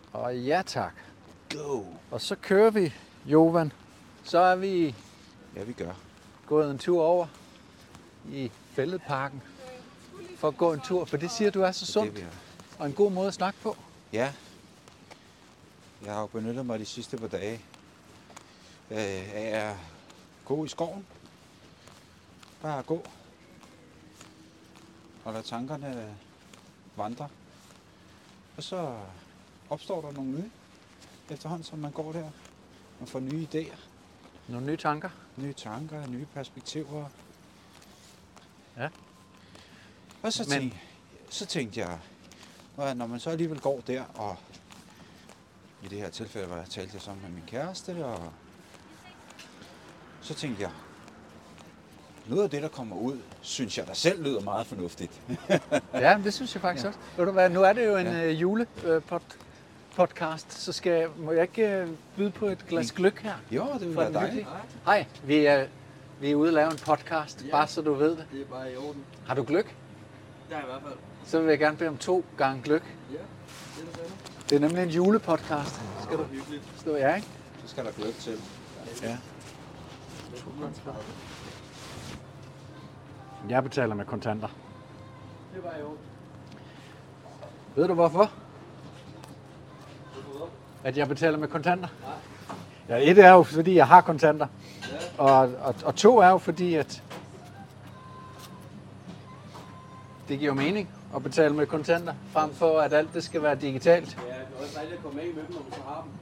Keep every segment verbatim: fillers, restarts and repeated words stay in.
Og ja tak. Go! Og så kører vi, Jovan. Så er vi Ja, vi gør. gået en tur over i Fælledparken for at gå en tur, for det siger du er så sundt Det, vi og en god måde at snakke på. Ja. Jeg har jo benyttet mig de sidste par dage øh, af at gå i skoven. Bare gå. Og lade tankerne vandre. Og så opstår der nogle nye efterhånden, som man går der. Man får nye idéer. Nogle nye tanker. Nye tanker, nye perspektiver. Ja. Og så, Men- tænkte, så tænkte jeg, når man så alligevel går der, og i det her tilfælde var jeg talte jeg sammen med min kæreste, og så tænkte jeg, noget af det, der kommer ud, synes jeg der selv lyder meget fornuftigt. Ja, det synes jeg faktisk Ja. også. Ved du hvad, nu er det jo en Ja. ja. julepodcast, så skal, må jeg ikke øh, byde på et glas gløgg her? Jo, det ville Fra være den dejligt. hyggelige? Hej, vi er, vi er ude at lave en podcast, Ja. bare så du ved det. Det er bare i orden. Har du gløgg? Der er i hvert fald. Så vil jeg gerne bede om to gange gløgg. Ja, det er det. Det er nemlig en julepodcast. Skal du Hyggeligt. stå? Ja, ikke? Så skal der gløgg til. Ja. Jeg betaler med kontanter. Det er bare i orden. Ved du hvorfor? Hvorfor? At jeg betaler med kontanter? Ja, et er jo, fordi jeg har kontanter. Ja. Og, og, og to er jo, fordi at det giver mening at betale med kontanter, frem for at alt det skal være digitalt. Ja, det er også dejligt at komme af med dem, når du så har dem.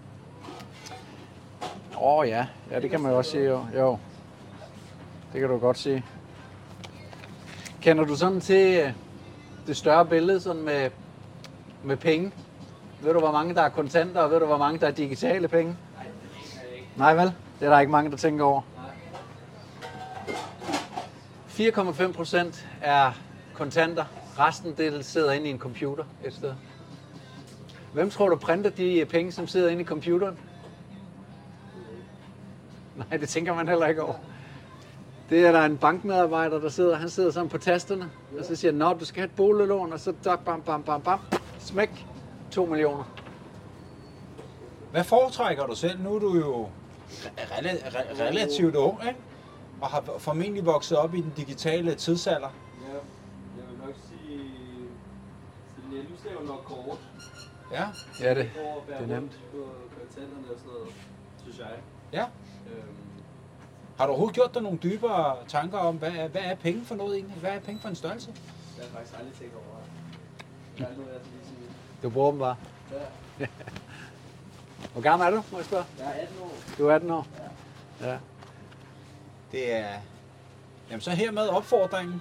Åh oh, ja, ja, det kan man jo også sige, jo. jo. Det kan du godt sige. Kender du sådan til øh, det større billede sådan med, med penge? Ved du, hvor mange der er kontanter, og ved du, hvor mange der er digitale penge? Nej, det kan jeg ikke. Nej vel? Det er der ikke mange, der tænker over. Nej. fire komma fem procent er kontanter. Resten det sidder inde i en computer et sted. Hvem tror du printer de penge, som sidder inde i computeren? Nej, det tænker man heller ikke over. Det er der en bankmedarbejder, der sidder. Han sidder sådan på tasterne, og så siger han, nå, du skal have et boliglån, og så tak, bam, bam, bam, bam, smæk, to millioner. Hvad foretrækker du selv? Nu er du jo rela- re- relativt ung, ikke? Og har formentlig vokset op i den digitale tidsalder. Ja, jeg vil nok sige... Det nemmeste er jo nok kort. Ja. Ja, det, For at bære det er nemt. rundt på kontanterne og sådan noget, synes jeg. Ja. Øhm, Har du overhovedet gjort dig nogle dybere tanker om, hvad er, hvad er penge for noget egentlig? Hvad er penge for en størrelse? det har jeg faktisk aldrig tænkt over. Det er aldrig noget, jeg sådan lige sige. Du bruger dem bare. Ja, Hvor gammel er du, må jeg spørge? jeg er atten år. Du er atten år? Ja. Det er... Jamen så hermed opfordringen.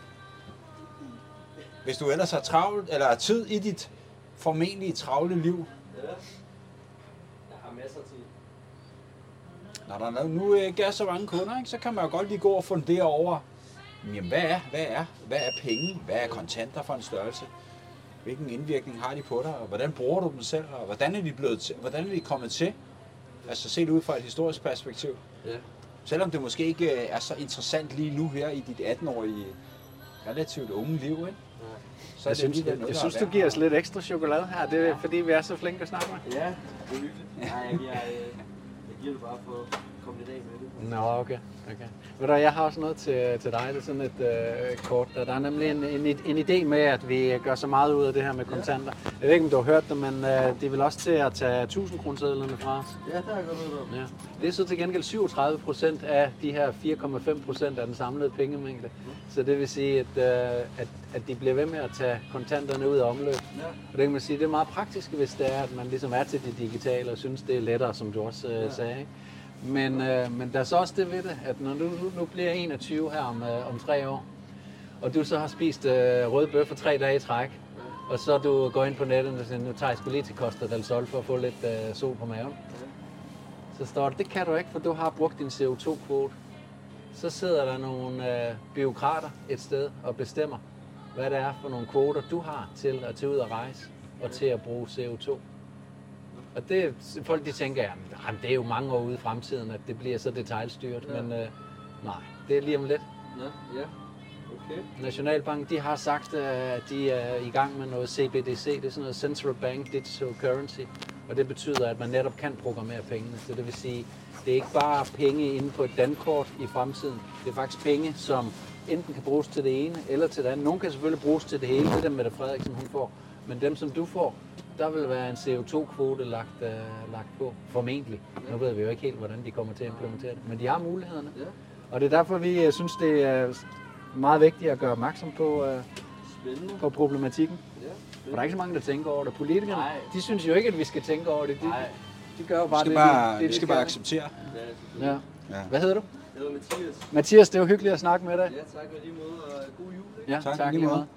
Hvis du ellers har travlt, eller har tid i dit formentlig travle liv, Ja. Jeg har masser af tid. når der nu ikke er så mange kunder, ikke, så kan man jo godt lige gå og fundere over, jamen, hvad er, hvad er, hvad er penge, hvad er kontanter for en størrelse, hvilken indvirkning har de på dig, og hvordan bruger du dem selv, og hvordan er de blevet til, hvordan er de kommet til, altså set ud fra et historisk perspektiv. Ja. Selvom det måske ikke er så interessant lige nu her i dit atten-årige relativt unge liv, ikke? Så er Jeg det synes, alligevel jeg, noget, jeg der synes er du værd. giver os lidt ekstra chokolade her. Det er fordi, vi er så flinke at snakke med. Ja, det er hyggeligt. Nej, jeg giver, øh, jeg giver det bare for at komme lidt af med det. Nå, okay. okay. Ved du, jeg har også noget til, til dig. Det er sådan et øh, kort. Der er nemlig en, en, en idé med, at vi gør så meget ud af det her med kontanter. Jeg ved ikke, om du har hørt det, men øh, de vil også til at tage tusind kronesedlerne fra os. Ja, det har jeg godt hørt om. Ja. Det er så til gengæld syvogtredive procent af de her fire komma fem procent af den samlede pengemængde. Så det vil sige, at, øh, at, at de bliver ved med at tage kontanterne ud af omløb. Ja. Og det kan man sige, det er meget praktisk, hvis det er, at man ligesom er til det digitale og synes, det er lettere, som du også øh, Ja. sagde. Ikke? Men, øh, men der er så også det ved det, at når du nu, nu bliver enogtyve her om, øh, om tre år, og du så har spist øh, rød bøf for tre dage i træk, og så du går ind på nettet og siger, nu tager jeg sgu lige til Costa del Sol for at få lidt øh, sol på maven. Så står der, det kan du ikke, for du har brugt din C O to kvote. Så sidder der nogle øh, bureaukrater et sted og bestemmer, hvad det er for nogle kvoter, du har til at tage ud og rejse og til at bruge C O to. Og det, folk de tænker, at det er jo mange år ude i fremtiden, at det bliver så detaljstyret, Ja. men øh, nej, det er lige om lidt. Nå, ja. Okay. Nationalbanken, de har sagt, øh, at de er i gang med noget C B D C, det er sådan noget Central Bank Digital Currency, Og det betyder, at man netop kan programmere pengene. Så det vil sige, det er ikke bare penge inde på et dankort i fremtiden. Det er faktisk penge, som enten kan bruges til det ene eller til det andet. Nogle kan selvfølgelig bruges til det hele, det der Mette Frederiksen hun får. Men dem, som du får, der vil være en C O to kvote lagt, uh, lagt på, formentlig. Nu ved vi jo ikke helt, hvordan de kommer til at implementere det, men de har mulighederne. Ja. Og det er derfor, vi uh, synes, det er meget vigtigt at gøre opmærksom på, uh, på problematikken. Ja. For der er ikke så mange, der tænker over det. Politikerne, Nej. de synes jo ikke, at vi skal tænke over det. De, de gør jo bare vi skal det, bare, de, det, vi skal de bare acceptere. Ja. Ja. Hvad hedder du? Jeg hedder Mathias. Mathias, det er jo hyggeligt at snakke med dig. Ja, tak med lige måde, og god jul. Ikke? Ja, tak, tak lige måde.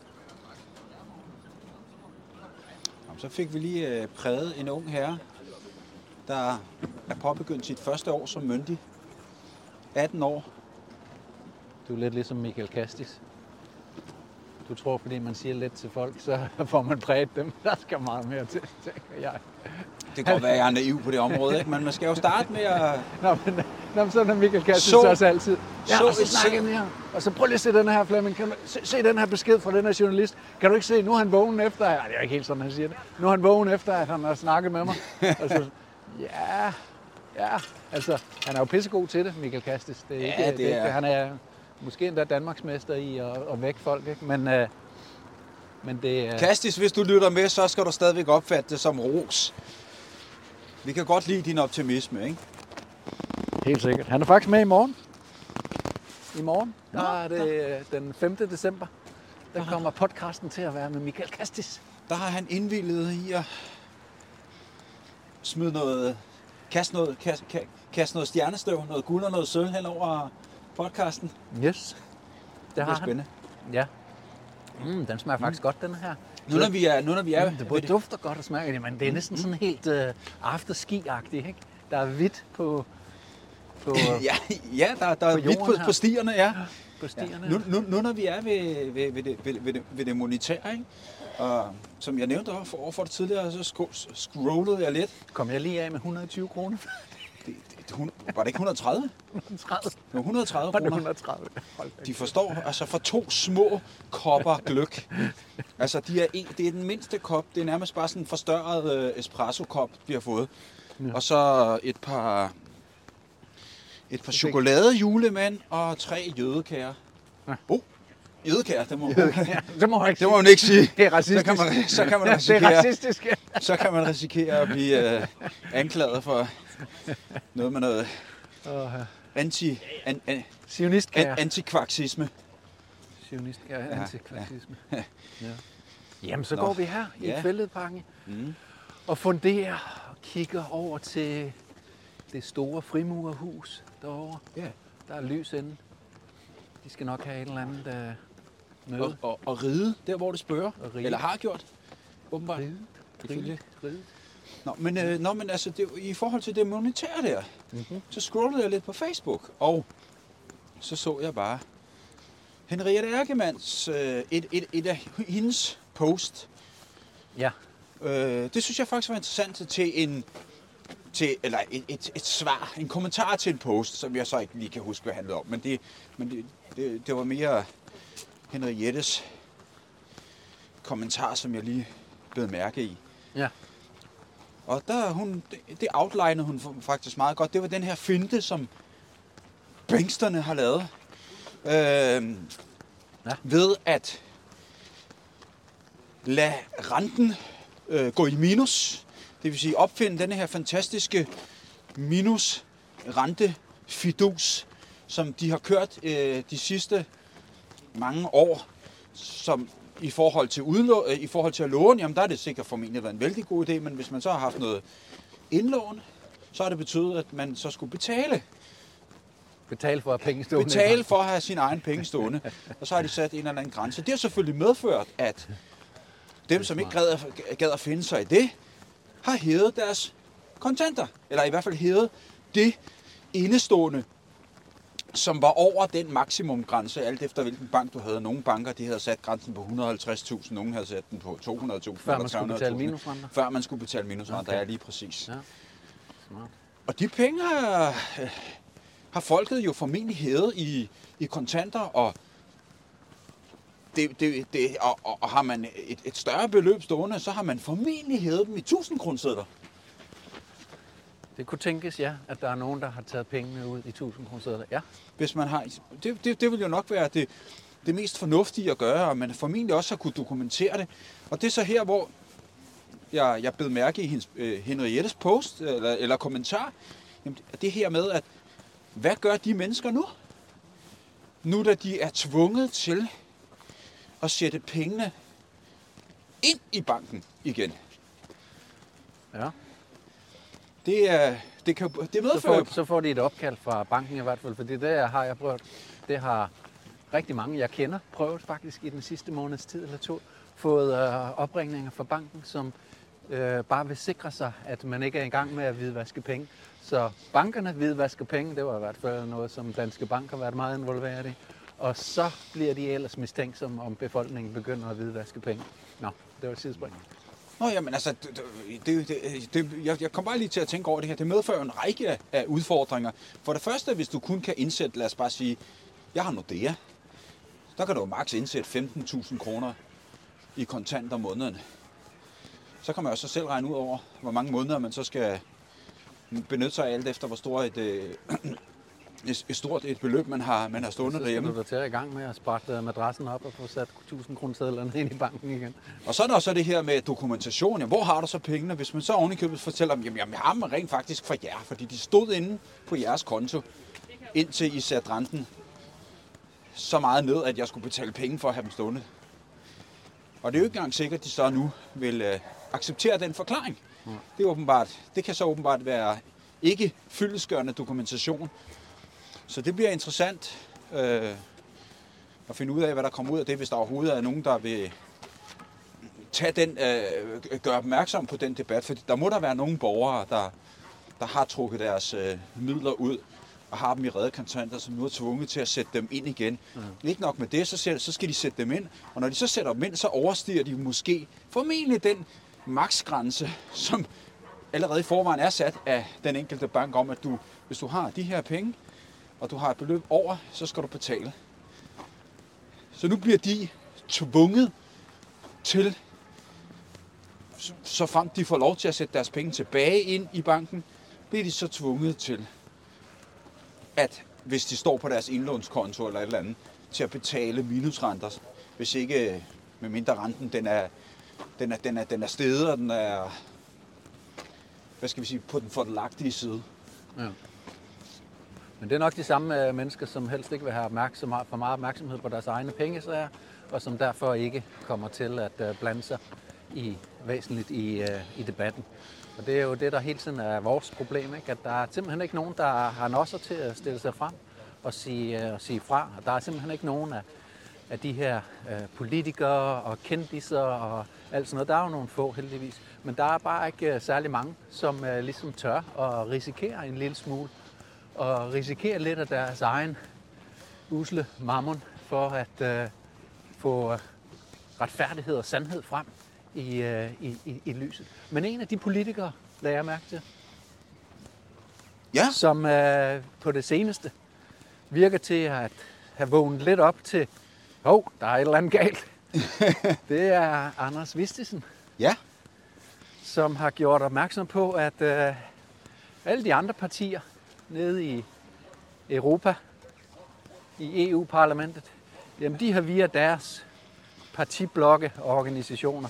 Så fik vi lige præget en ung herre, der er påbegyndt sit første år som myndig. atten år. Du er lidt ligesom Michael Kastis. Du tror, fordi man siger lidt til folk, så får man præget dem. Der skal meget mere til, tænker jeg. Det kan godt være, at jeg er naiv på det område, ikke? Men man skal jo starte med at... Nå, men, nå, men sådan er Michael Kastis så, også altid. Ja, så og så snakker jeg og så prøv lige at se den her, Flemming. Kan du se, se den her besked fra den her journalist? Kan du ikke se, nu er han vågen efter... Nej, det er ikke helt sådan, han siger det. Nu er han vågen efter, at han har snakket med mig. Altså, ja, ja. Altså, han er jo pissegod til det, Michael Kastis. Det er ikke, ja, det, det er... ikke, han er måske endda Danmarksmester i at, at vække folk, ikke? Men... Uh, Men det, uh... Kastis, hvis du lytter med, så skal du stadigvæk opfatte det som ros. Vi kan godt lide din optimisme, ikke? Helt sikkert. Han er faktisk med i morgen. I morgen, der Nå, er det der. den femte december. Der kommer podcasten til at være med Michael Kastis. Der har han indvilliget i at smide noget, kaste noget, kaste, kaste noget stjernestøv, noget guld og noget sølv hen over podcasten. Yes. Det, det har han. Spændende. Ja. Mm, den smager faktisk mm. godt, den her. Nu når vi er, nu når vi er, mm, det både dufter godt og smager det, men det er næsten sådan helt uh, afterski-agtigt, ikke? Der er hvidt på på ja, ja, der, der er hvidt på, på stierne, ja. På stierne. Ja. Nu, nu, nu når vi er ved, ved, ved, det, ved, ved, det, ved det monetære, ikke? Og som jeg nævnte over for, over for det tidligere, så scrollede jeg lidt. Kom jeg lige af med et hundrede og tyve kroner? Det, det, var det ikke et hundrede og tredive? et hundrede og tredive. Det var et hundrede og tredive kroner. et hundrede og tredive. De forstår, altså for to små kopper gløgg. Altså, de er en, det er den mindste kop. Det er nærmest bare sådan en forstørret uh, espresso-kop, vi har fået. Ja. Og så et par, et par chokolade-julemand og tre jødekager. Ja. Oh, jødekager, det må man det må ikke det må man ikke sige. Det er racistisk. Så kan man, så kan man risikere, det er racistisk. så kan man risikere at blive uh, anklaget for noget med noget anti an, an, Sionistkager. Antikvaksisme. Sionistkager, antikvaksisme. Ja. Ja. Jamen, så Nå. går vi her i ja. Fælledparken mm. og funderer og kigger over til det store frimurerhus derovre. Ja. Der er lys inde. De skal nok have et eller andet uh, møde. Og, og, og ride, der hvor det spørger. Eller har gjort. Åbenbart. Ride. Ride. Ride. Nå, men, øh, nå, men altså, det, i forhold til det monetære der, mm-hmm. så scrollede jeg lidt på Facebook, og så så jeg bare Henriette Erkemanns, øh, et, et, et af hendes post. Ja. Øh, det synes jeg faktisk var interessant til en, til, eller et, et, et svar, en kommentar til en post, som jeg så ikke lige kan huske, hvad det handlede om, men det, men det, det, det var mere Henriettes kommentar, som jeg lige blev mærke i. Ja. Og der hun, det, det outlinede hun faktisk meget godt. Det var den her finte, som banksterne har lavet. Øh, ja. Ved at lade renten øh, gå i minus. Det vil sige opfinde denne her fantastiske minus rente fidus, som de har kørt øh, de sidste mange år, som i forhold til udlå, i forhold til at låne, jamen der er det sikkert formentlig været en vældig god idé, men hvis man så har haft noget indlån, så har det betydet, at man så skulle betale. Betale for at have penge stående. Betale for at have sin egen penge stående. Og så har de sat en eller anden grænse. Det har selvfølgelig medført, at dem, som ikke gad, gad at finde sig i det, har hævet deres kontanter. Eller i hvert fald hævet det indestående, som var over den maksimumgrænse, alt efter hvilken bank du havde. Nogle banker, de havde sat grænsen på et hundrede og halvtreds tusind, nogle havde sat den på to hundrede tusind. Før man skulle betale minusrenter? Før man skulle betale minusrenter, okay. Ja, lige præcis. Ja. Smart. Og de penge har, har folket jo formentlig hævet i, i kontanter, og det, det, det, og, og, og har man et, et større beløb stående, så har man formentlig hævet dem i tusind kronesedler. Det kunne tænkes, ja, at der er nogen, der har taget pengene ud i tusind kronesedler. Ja. Hvis man har, det, det, det vil jo nok være det, det mest fornuftige at gøre, og man formentlig også har kunne dokumentere det. Og det er så her, hvor jeg, jeg bed mærke i hendes, øh, Henriettes post, eller, eller kommentar, jamen, det her med, at hvad gør de mennesker nu? Nu da de er tvunget til at sætte pengene ind i banken igen. Ja. Det, er, det, kan, det medfører... Så får, så får de et opkald fra banken i hvert fald, fordi det har jeg prøvet. Det har rigtig mange, jeg kender, prøvet faktisk i den sidste måneds tid eller to, fået øh, opringninger fra banken, som øh, bare vil sikre sig, at man ikke er i gang med at hvidvaske penge. Så bankerne hvidvasker penge, det var i hvert fald noget, som Danske Bank har været meget involveret i. Og så bliver de ellers mistænksomme, om befolkningen begynder at hvidvaske penge. Nå, det var et sidespring. Nå, jamen altså, det, det, det, det, jeg, jeg kom bare lige til at tænke over det her. Det medfører en række af, af udfordringer. For det første, hvis du kun kan indsætte, lad os bare sige, jeg har Nordea, der kan du maks indsætte femten tusind kroner i kontant om måneden. Så kan man jo så selv regne ud over, hvor mange måneder man så skal benytte sig af alt efter, hvor stort et, et, et stort et beløb man har, man har stående derhjemme. Så skal du da til i gang med at sprætte madrassen op og få sat tusind kronesedlerne ind i banken igen. Og så er der også det her med dokumentation. Ja, hvor har du så pengene? Hvis man så ovenikøbet fortæller dem, jamen jeg har dem rent faktisk fra jer, fordi de stod inde på jeres konto, indtil I satte renten så meget ned, at jeg skulle betale penge for at have dem stående. Og det er jo ikke engang sikkert, at de så nu vil øh, acceptere den forklaring. Mm. Det, er åbenbart, det kan så åbenbart være ikke fyldestgørende dokumentation. Så det bliver interessant øh, at finde ud af, hvad der kommer ud af det, hvis der overhovedet er nogen, der vil tage den, øh, gøre opmærksom på den debat. For der må der være nogle borgere, der, der har trukket deres øh, midler ud og har dem i reddekontanter, som nu er tvunget til at sætte dem ind igen. Mm. Ikke nok med det, så, så skal de sætte dem ind. Og når de så sætter dem ind, så overstiger de måske formentlig den maksgrænse, som allerede i forvejen er sat af den enkelte bank om, at du, hvis du har de her penge, og du har et beløb over, så skal du betale. Så nu bliver de tvunget til, så frem de får lov til at sætte deres penge tilbage ind i banken, bliver de så tvunget til, at hvis de står på deres indlånskonto eller et eller andet, til at betale minusrenter, hvis ikke, med mindre renten, den er, den er, den er, den er steget, og den er, hvad skal vi sige, på den fordelagtige side. Ja. Men det er nok de samme mennesker, som helst ikke vil have opmærksom, for meget opmærksomhed på deres egne pengesager, og som derfor ikke kommer til at blande sig i, væsentligt i, i debatten. Og det er jo det, der hele tiden er vores problem, ikke? At der er simpelthen ikke nogen, der har nosser til at stille sig frem og sige, og sige fra. Og der er simpelthen ikke nogen af, af de her øh, politikere og kendiser og alt sådan noget. Der er jo nogle få, heldigvis. Men der er bare ikke særlig mange, som øh, ligesom tør at risikere en lille smule. Og risikere lidt af deres egen usle mammon for at øh, få retfærdighed og sandhed frem i, øh, i, i, i lyset. Men en af de politikere, lagde jeg mærke til, ja. som øh, på det seneste virker til at have vågnet lidt op til, hov, oh, der er et eller andet galt. Det er Anders Vistisen, ja. som har gjort opmærksom på, at øh, alle de andre partier nede i Europa, i E U-parlamentet, jamen de har via deres partiblokke og organisationer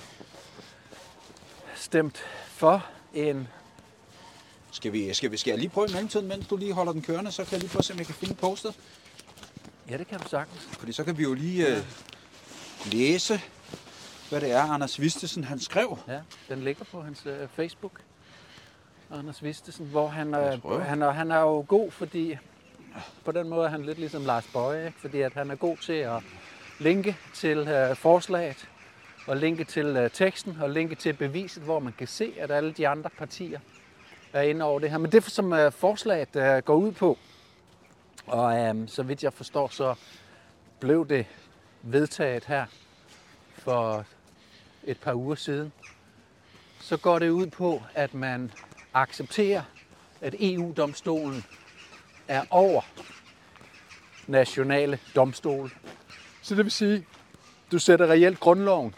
stemt for en... Skal, vi, skal, vi, skal jeg lige prøve i mellemtiden, mens du lige holder den kørende, så kan jeg lige prøve at se, om jeg kan finde postet. Ja, det kan du sagtens. Fordi så kan vi jo lige øh, læse, hvad det er, Anders Vistisen han skrev. Ja, den ligger på hans øh, Facebook. Anders Vistisen, hvor han, øh, han, er, han er jo god, fordi på den måde er han lidt ligesom Lars Boje, ikke? Fordi at han er god til at linke til øh, forslaget, og linke til øh, teksten, og linke til beviset, hvor man kan se, at alle de andre partier er inde over det her. Men det, som øh, forslaget øh, går ud på, og øh, så vidt jeg forstår, så blev det vedtaget her for et par uger siden, så går det ud på, at man accepterer, at E U-domstolen er over nationale domstole. Så det vil sige, Du sætter reelt grundloven,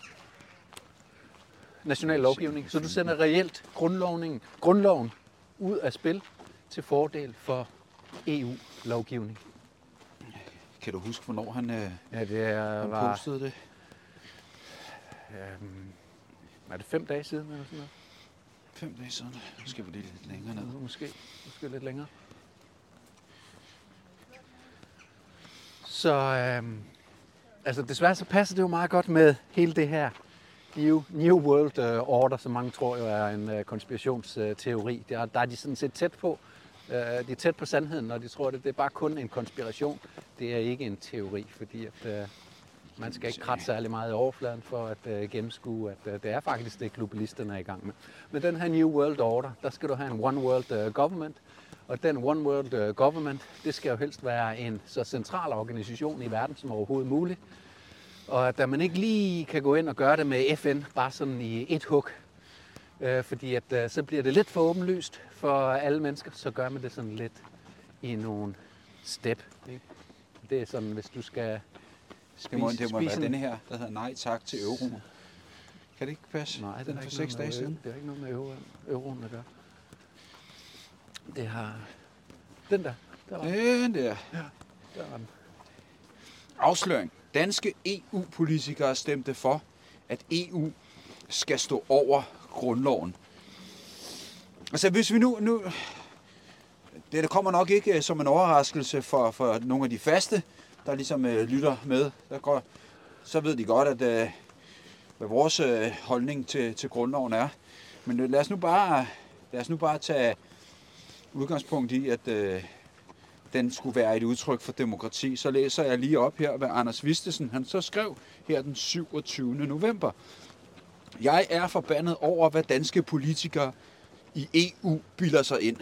national lovgivning, så du sender reelt grundlovningen, grundloven ud af spil til fordel for E U-lovgivning. Kan du huske, hvornår han, øh, Ja, det er, han var, postede det? øhm, var det fem dage siden eller sådan noget? Fem dage siden. Nu skal vi lige lidt længere ned. Måske, måske lidt længere. Så øhm, altså desværre så passer det jo meget godt med hele det her New, New World uh, Order, som mange tror jo er en uh, konspirationsteori. Der, der er de sådan set tæt på. Uh, de er tæt på sandheden, når de tror det. Det er bare kun en konspiration. Det er ikke en teori, fordi at, uh, man skal ikke kratte særlig meget i overfladen for at uh, gennemskue, at uh, det er faktisk det, globalisterne er i gang med. Men den her New World Order, der skal du have en One World uh, Government. Og den One World uh, Government, det skal jo helst være en så central organisation i verden som overhovedet muligt. Og at man ikke lige kan gå ind og gøre det med F N, bare sådan i et hug, øh, fordi at, øh, så bliver det lidt for åbenlyst for alle mennesker, så gør man det sådan lidt i nogle step. Ikke? Det er sådan, hvis du skal spise... Det må, det må være en... denne her, der hedder nej tak til euroen. Kan det ikke passe? Nej, det den er for ikke seks dage med, siden. Det er ikke noget med euro, euroen at gøre. Det har... Den der. Der var den. Den der. Ja, der var den. Afsløring. Danske E U-politikere stemte for, at E U skal stå over grundloven. Altså hvis vi nu... nu det der kommer nok ikke som en overraskelse for, for nogle af de faste, der ligesom øh, lytter med. Der går, så ved de godt, at, øh, hvad vores øh, holdning til, til grundloven er. Men øh, lad os nu bare, lad os nu bare tage udgangspunkt i, at... Øh, den skulle være et udtryk for demokrati, så læser jeg lige op her, hvad Anders Vistesen han så skrev her den syvogtyvende november. Jeg er forbandet over, hvad danske politikere i E U bilder sig ind.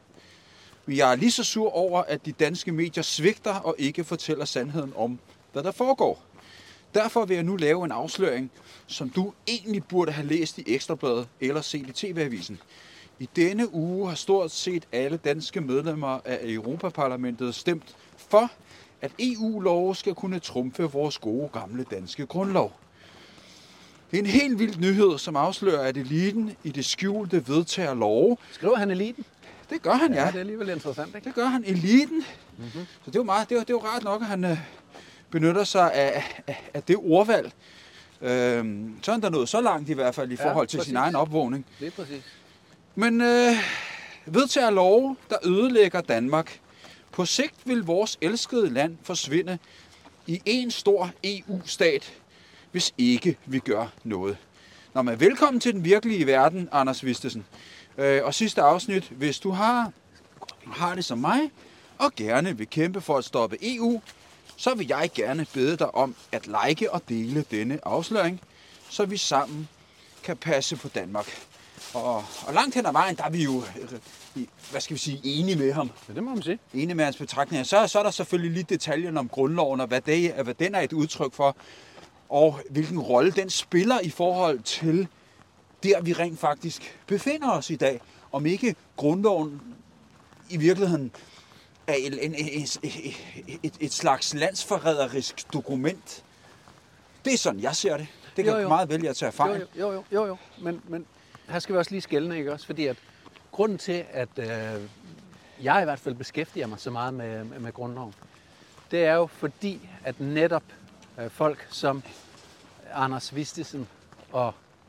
Men jeg er lige så sur over, at de danske medier svigter og ikke fortæller sandheden om, hvad der foregår. Derfor vil jeg nu lave en afsløring, som du egentlig burde have læst i Ekstrabladet eller set i T V-avisen. I denne uge har stort set alle danske medlemmer af Europaparlamentet stemt for, at E U-love skal kunne trumfe vores gode gamle danske grundlov. Det er en helt vild nyhed, som afslører, at eliten i det skjulte vedtager love. Skriver han eliten? Det gør han, ja. Ja, det er alligevel interessant, ikke? Det gør han, eliten. Mm-hmm. Så det er jo meget, det er, det er jo rart nok, at han øh, benytter sig af, af, af det ordvalg. Øhm, så er han der nået så langt i hvert fald i Ja, forhold til præcis. sin egen opvågning. Det er præcis. Men øh, vedtager love, der ødelægger Danmark. På sigt vil vores elskede land forsvinde i en stor E U-stat, hvis ikke vi gør noget. Nå, men velkommen til den virkelige verden, Anders Vistesen. Øh, og sidste afsnit, hvis du har, har det som mig, og gerne vil kæmpe for at stoppe E U, så vil jeg gerne bede dig om at like og dele denne afsløring, så vi sammen kan passe på Danmark. Og, og langt hen ad vejen, der er vi jo, hvad skal vi sige, enige med ham. Ja, det må man sige. Enige med hans betragtninger. Så, så er der selvfølgelig lige detaljerne om grundloven, og hvad, det, hvad den er et udtryk for, og hvilken rolle den spiller i forhold til der, vi rent faktisk befinder os i dag. Om ikke grundloven i virkeligheden er en, en, en, et, et slags landsforræderisk dokument. Det er sådan, jeg ser det. Det kan Jo, jo. meget vælge at tage fejl. Jo, jo, jo, jo, jo. Men, men her skal vi også lige skelne, ikke også? Fordi at grunden til, at øh, jeg i hvert fald beskæftiger mig så meget med, med, med grundloven, det er jo fordi, at netop øh, folk som Anders Vistesen og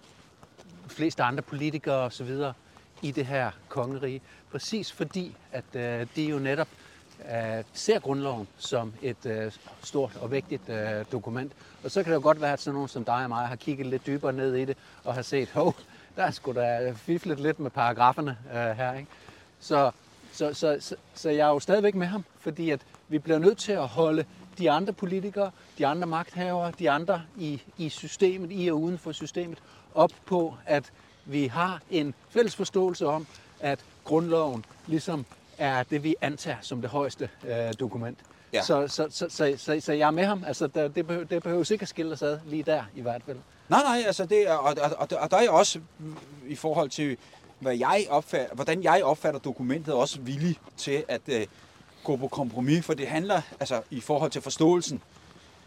de fleste andre politikere og så videre i det her kongerige, præcis fordi, at øh, de jo netop øh, ser grundloven som et øh, stort og vigtigt øh, dokument. Og så kan det jo godt være, at sådan nogen som dig og mig har kigget lidt dybere ned i det og har set, hov, der er sgu da fiflet lidt med paragraferne øh, her, ikke? Så, så, så, så, så jeg er jo stadigvæk med ham, fordi at vi bliver nødt til at holde de andre politikere, de andre magthavere, de andre i, i systemet, i og uden for systemet, op på, at vi har en fælles forståelse om, at grundloven ligesom er det, vi antager som det højeste øh, dokument. Ja. Så, så, så, så, så, så jeg er med ham. Altså, der, det, behøver, det behøver sikkert skille os ad lige der, i hvert fald. Nej, nej, altså det er, og, og, og der er jeg også i forhold til, hvad jeg opfatter, hvordan jeg opfatter dokumentet, også villig til at uh, gå på kompromis, for det handler altså i forhold til forståelsen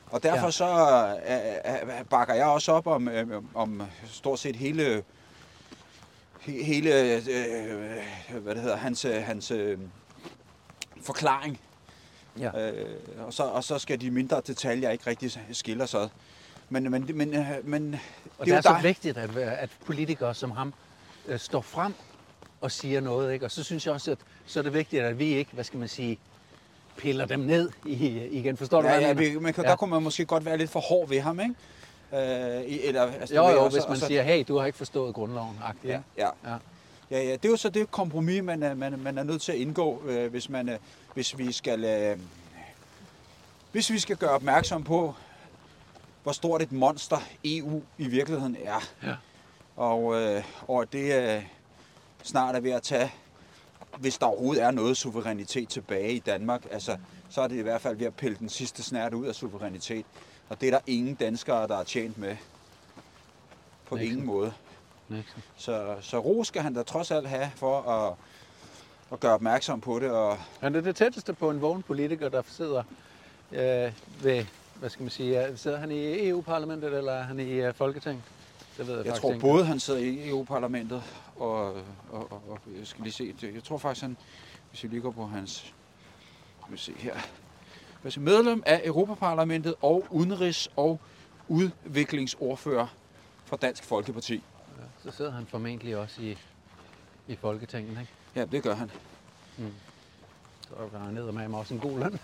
Og derfor Ja. så øh, bakker jeg også op om, øh, om stort set hele, he- hele øh, hvad det hedder, hans, hans øh, forklaring. Ja. Øh, og, så, og så skal de mindre detaljer ikke rigtig skille os ad. Men, men, men, men Og det, det er, er så jo dig. vigtigt, at, at politikere som ham øh, står frem og siger noget, ikke? Og så synes jeg også, at så er det vigtigt, at vi ikke, hvad skal man sige, piller dem ned i, igen. Forstår du, Ja, hvad ja, jeg mener? vi, man kan, Ja. der kunne man måske godt være lidt for hård ved ham, ikke? Øh, i- eller, altså, Jo, du ved, jo, og så- hvis og man så- siger, hey, du har ikke forstået grundloven. Ja, Ja. ja. Ja. Ja, ja, det er jo så det kompromis, man er, man, man er nødt til at indgå, øh, hvis, man, øh, hvis, vi skal, øh, hvis vi skal gøre opmærksom på, hvor stort et monster E U i virkeligheden er. Ja. Og, øh, og det øh, snart er ved at tage, hvis der overhovedet er noget suverænitet tilbage i Danmark, altså, så er det i hvert fald ved at pille den sidste snært ud af suverænitet. Og det er der ingen danskere, der er tjent med. På Nixon. ingen måde. Nixon. Så, så ro skal han da trods alt have for at, at gøre opmærksom på det. Og Han er det tætteste på en vågen politiker, der sidder øh, ved, hvad skal man sige, ja, sidder han i E U-parlamentet, eller er han i uh, Folketinget? Det ved jeg, jeg faktisk tror ikke. både han sidder i E U-parlamentet, og, og, og, og jeg skal lige se, det- jeg tror faktisk han, hvis vi lige går på hans, skal vi se her, altså medlem af Europaparlamentet og udenrigs- og udviklingsordfører for Dansk Folkeparti. Ja, så sidder han formentlig også i, i Folketinget, ikke? Ja, det gør han. Så er han ned med ham også en god løn.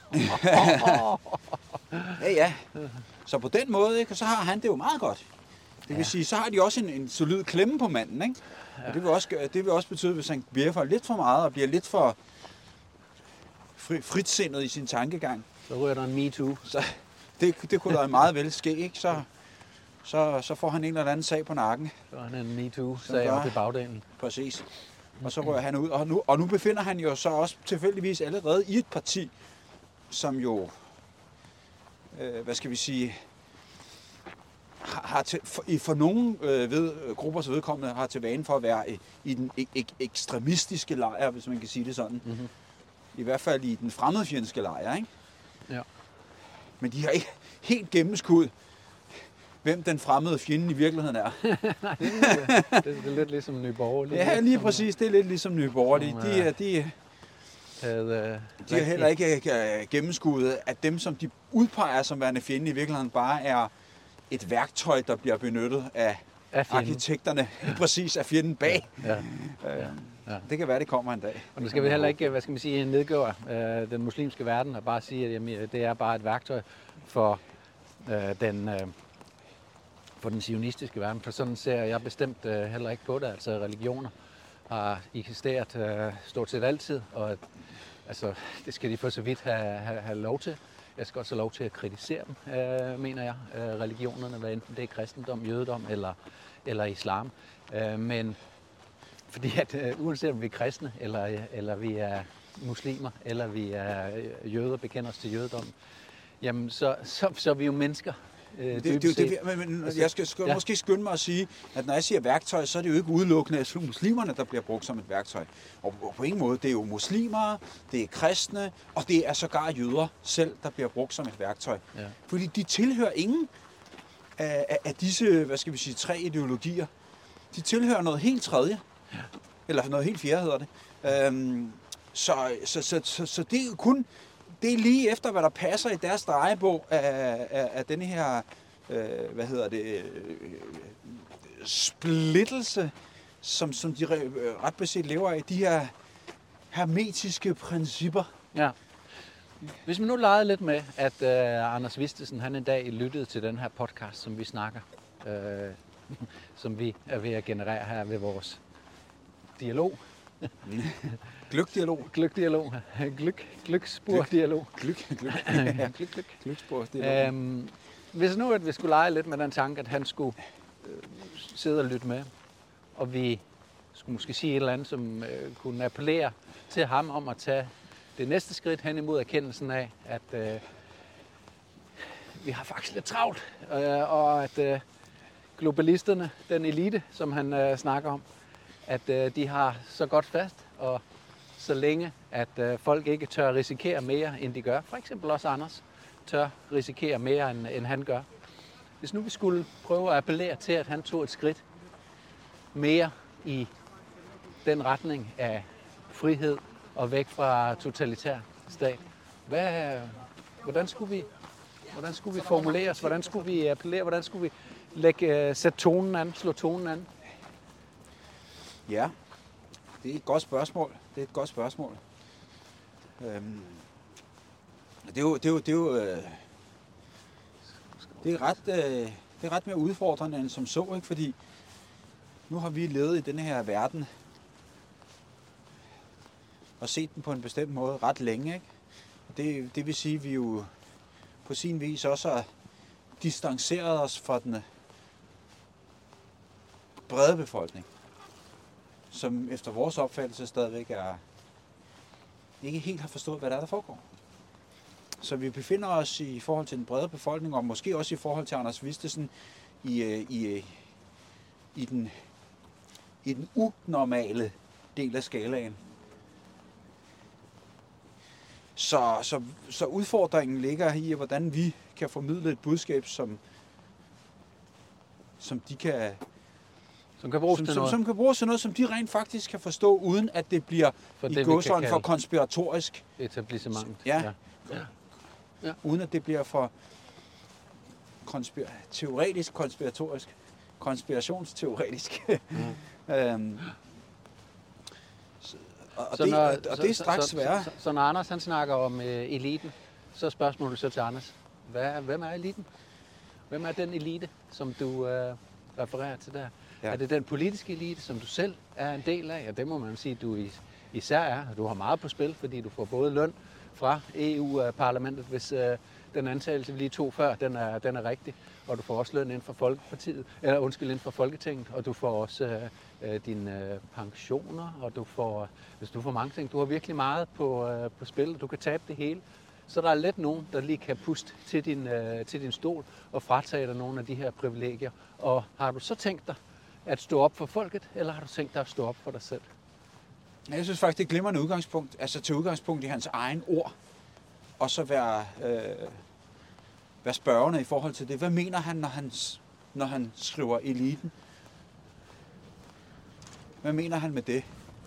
Ja, ja. Så på den måde, ikke, så har han det jo meget godt. Det vil Ja. sige, så har de også en, en solid klemme på manden, ikke? Og det vil, også, gøre- det vil også betyde, hvis han bliver for lidt for meget og bliver lidt for fri, fritsindet i sin tankegang, Så ryger der en MeToo. så det, det kunne da meget vel ske, ikke? Så, så, så får han en eller anden sag på nakken, Så er han en MeToo, Så sagde gør- op i bagdelen. præcis. Og så rører han ud, og nu, og nu befinder han jo så også tilfældigvis allerede i et parti, som jo, øh, hvad skal vi sige, har, har til, for, i for nogle øh, ved, gruppers vedkommende har til vane for at være i, i den ek, ek, ekstremistiske lejr, hvis man kan sige det sådan. Mm-hmm. I hvert fald i den fremmedfjendske lejr, ikke? Ja. Men de har ikke helt gennemskudt, hvem den fremmede fjende i virkeligheden er. Nej, det, er, det, det er lidt ligesom Nye Borgerlige. Ja, lige som præcis. Det er lidt ligesom Nye Borgerlige. Som, De, er- de, er- Havde, øh, de har rigtig- heller ikke øh, gennemskuddet, at dem, som de udpeger som værende fjende, i virkeligheden bare er et værktøj, der bliver benyttet af af fjenden. arkitekterne, præcis af fjenden bag. Ja. Øh, Ja. Det kan være, det kommer en dag. Og nu skal vi heller ikke, hvad skal man sige, nedgøre øh, den muslimske verden og bare sige, at jamen, det er bare et værktøj for øh, den øh, for den zionistiske verden. For sådan ser jeg bestemt øh, heller ikke på det. Altså religioner har eksisteret øh, stort set altid, og altså, det skal de for så vidt have, have, have lov til. Jeg skal også have lov til at kritisere dem, øh, mener jeg, øh, religionerne, hvad enten det er kristendom, jødedom eller, eller islam. Øh, men fordi at øh, uanset om vi er kristne, eller, eller vi er muslimer, eller vi er øh, jøder, bekender os til jødedom, jamen så, så, så er vi jo mennesker. Øh, Det, det, det, det, men, men jeg skal, skal Ja. ja. måske skynde mig at sige, at når jeg siger værktøj, så er det jo ikke udelukkende altså muslimerne, der bliver brugt som et værktøj. Og på, på ingen måde, det er jo muslimer, det er kristne, og det er sågar jøder selv, der bliver brugt som et værktøj. Ja. Fordi de tilhører ingen af, af, af disse, hvad skal vi sige, tre ideologier. De tilhører noget helt tredje. Ja. Eller noget helt fjerde hedder det. Øhm, så, så, så, så, så det er jo kun, det er lige efter, hvad der passer i deres drejebog af, af, af denne her, øh, hvad hedder det, øh, splittelse, som, som de re- ret beset lever af, de her hermetiske principper. Ja. Hvis man nu legede lidt med, at øh, Anders Vistesen, han en dag lyttede til den her podcast, som vi snakker, øh, som vi er ved at generere her ved vores dialog. Glykdialog. Glykdialog. Glyk, glykspurdialog. Glyk, glyk, Ja, glyk, glyk. glykspurdialog. Øhm, hvis nu at vi skulle lege lidt med den tanke, at han skulle øh, sidde og lytte med, og vi skulle måske sige et eller andet, som øh, kunne appellere til ham om at tage det næste skridt hen imod erkendelsen af, at øh, vi har faktisk lidt travlt, øh, og at øh, globalisterne, den elite, som han øh, snakker om, at øh, de har så godt fast, og så længe, at øh, folk ikke tør risikere mere, end de gør, for eksempel også Anders, tør risikere mere, end, end han gør. Hvis nu vi skulle prøve at appellere til, at han tog et skridt mere i den retning af frihed og væk fra totalitær stat, hvad, hvordan skulle vi, hvordan skulle vi formulere os? Hvordan skulle vi appellere? Hvordan skulle vi lægge, uh, sætte tonen an, slå tonen an? Ja, det er et godt spørgsmål. Det er et godt spørgsmål. Øhm, det er jo, det er jo, det er jo, øh, det er ret, øh, det er ret mere udfordrende end som så, ikke? Fordi nu har vi levet i denne her verden og set den på en bestemt måde ret længe, ikke? Det, det vil sige, at vi jo på sin vis også har distanceret os fra den brede befolkning, som efter vores opfattelse stadigvæk er ikke helt har forstået, hvad der er, der foregår. Så vi befinder os i forhold til den brede befolkning, og måske også i forhold til Anders Vistisen, i, i, i, den, i den unormale del af skalaen. Så, så, så udfordringen ligger i, hvordan vi kan formidle et budskab, som, som de kan... Som kan bruges som, til som, noget. som kan bruges til noget, som de rent faktisk kan forstå, uden at det bliver For i det, vi gåsøjne kan for kalde konspiratorisk. Etablissementet. Ja. Ja. Ja. Ja. Uden at det bliver for konspir- teoretisk konspiratorisk. Konspirationsteoretisk. Mm. øhm, så, og og, Så det, når, og, og det er så- straks så, sværere. Så, så, så når Anders han snakker om øh, eliten, så er spørgsmålet så til Anders. Hvad, hvem er eliten? Hvem er den elite, som du øh, refererer til der? Ja. Ja. Er det den politiske elite, som du selv er en del af? Ja, det må man sige, du is- især er. Du har meget på spil, fordi du får både løn fra E U-parlamentet, hvis øh, den antagelse, vi lige tog før, den er, den er rigtig. Og du får også løn inden for Folkepartiet, eller undskyld, inden for Folketinget, og du får også øh, øh, dine øh, pensioner, og du får, hvis du får mange ting, du har virkelig meget på, øh, på spil, du kan tabe det hele. Så der er let nogen, der lige kan puste til din, øh, til din stol og fratage dig nogle af de her privilegier. Og har du så tænkt dig at stå op for folket, eller har du tænkt dig at stå op for dig selv? Jeg synes faktisk, det er et glimrende udgangspunkt. Altså til udgangspunkt i hans egen ord. Og så være, øh, være spørgende i forhold til det. Hvad mener han, når han, når han skriver eliten? Hvad mener han med det?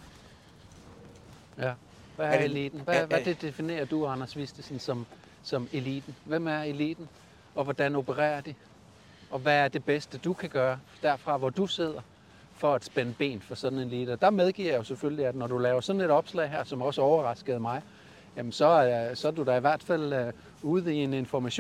Ja. Hvad er, Er det- eliten? Hvad, er- hvad er- det definerer du, Anders Vistisen, som, som eliten? Hvem er eliten, og hvordan opererer de? Og hvad er det bedste, du kan gøre derfra, hvor du sidder, for at spænde ben for sådan en elite? Der medgiver jeg jo selvfølgelig, at når du laver sådan et opslag her, som også overraskede mig, jamen så, er, så er du da i hvert fald uh, ude i en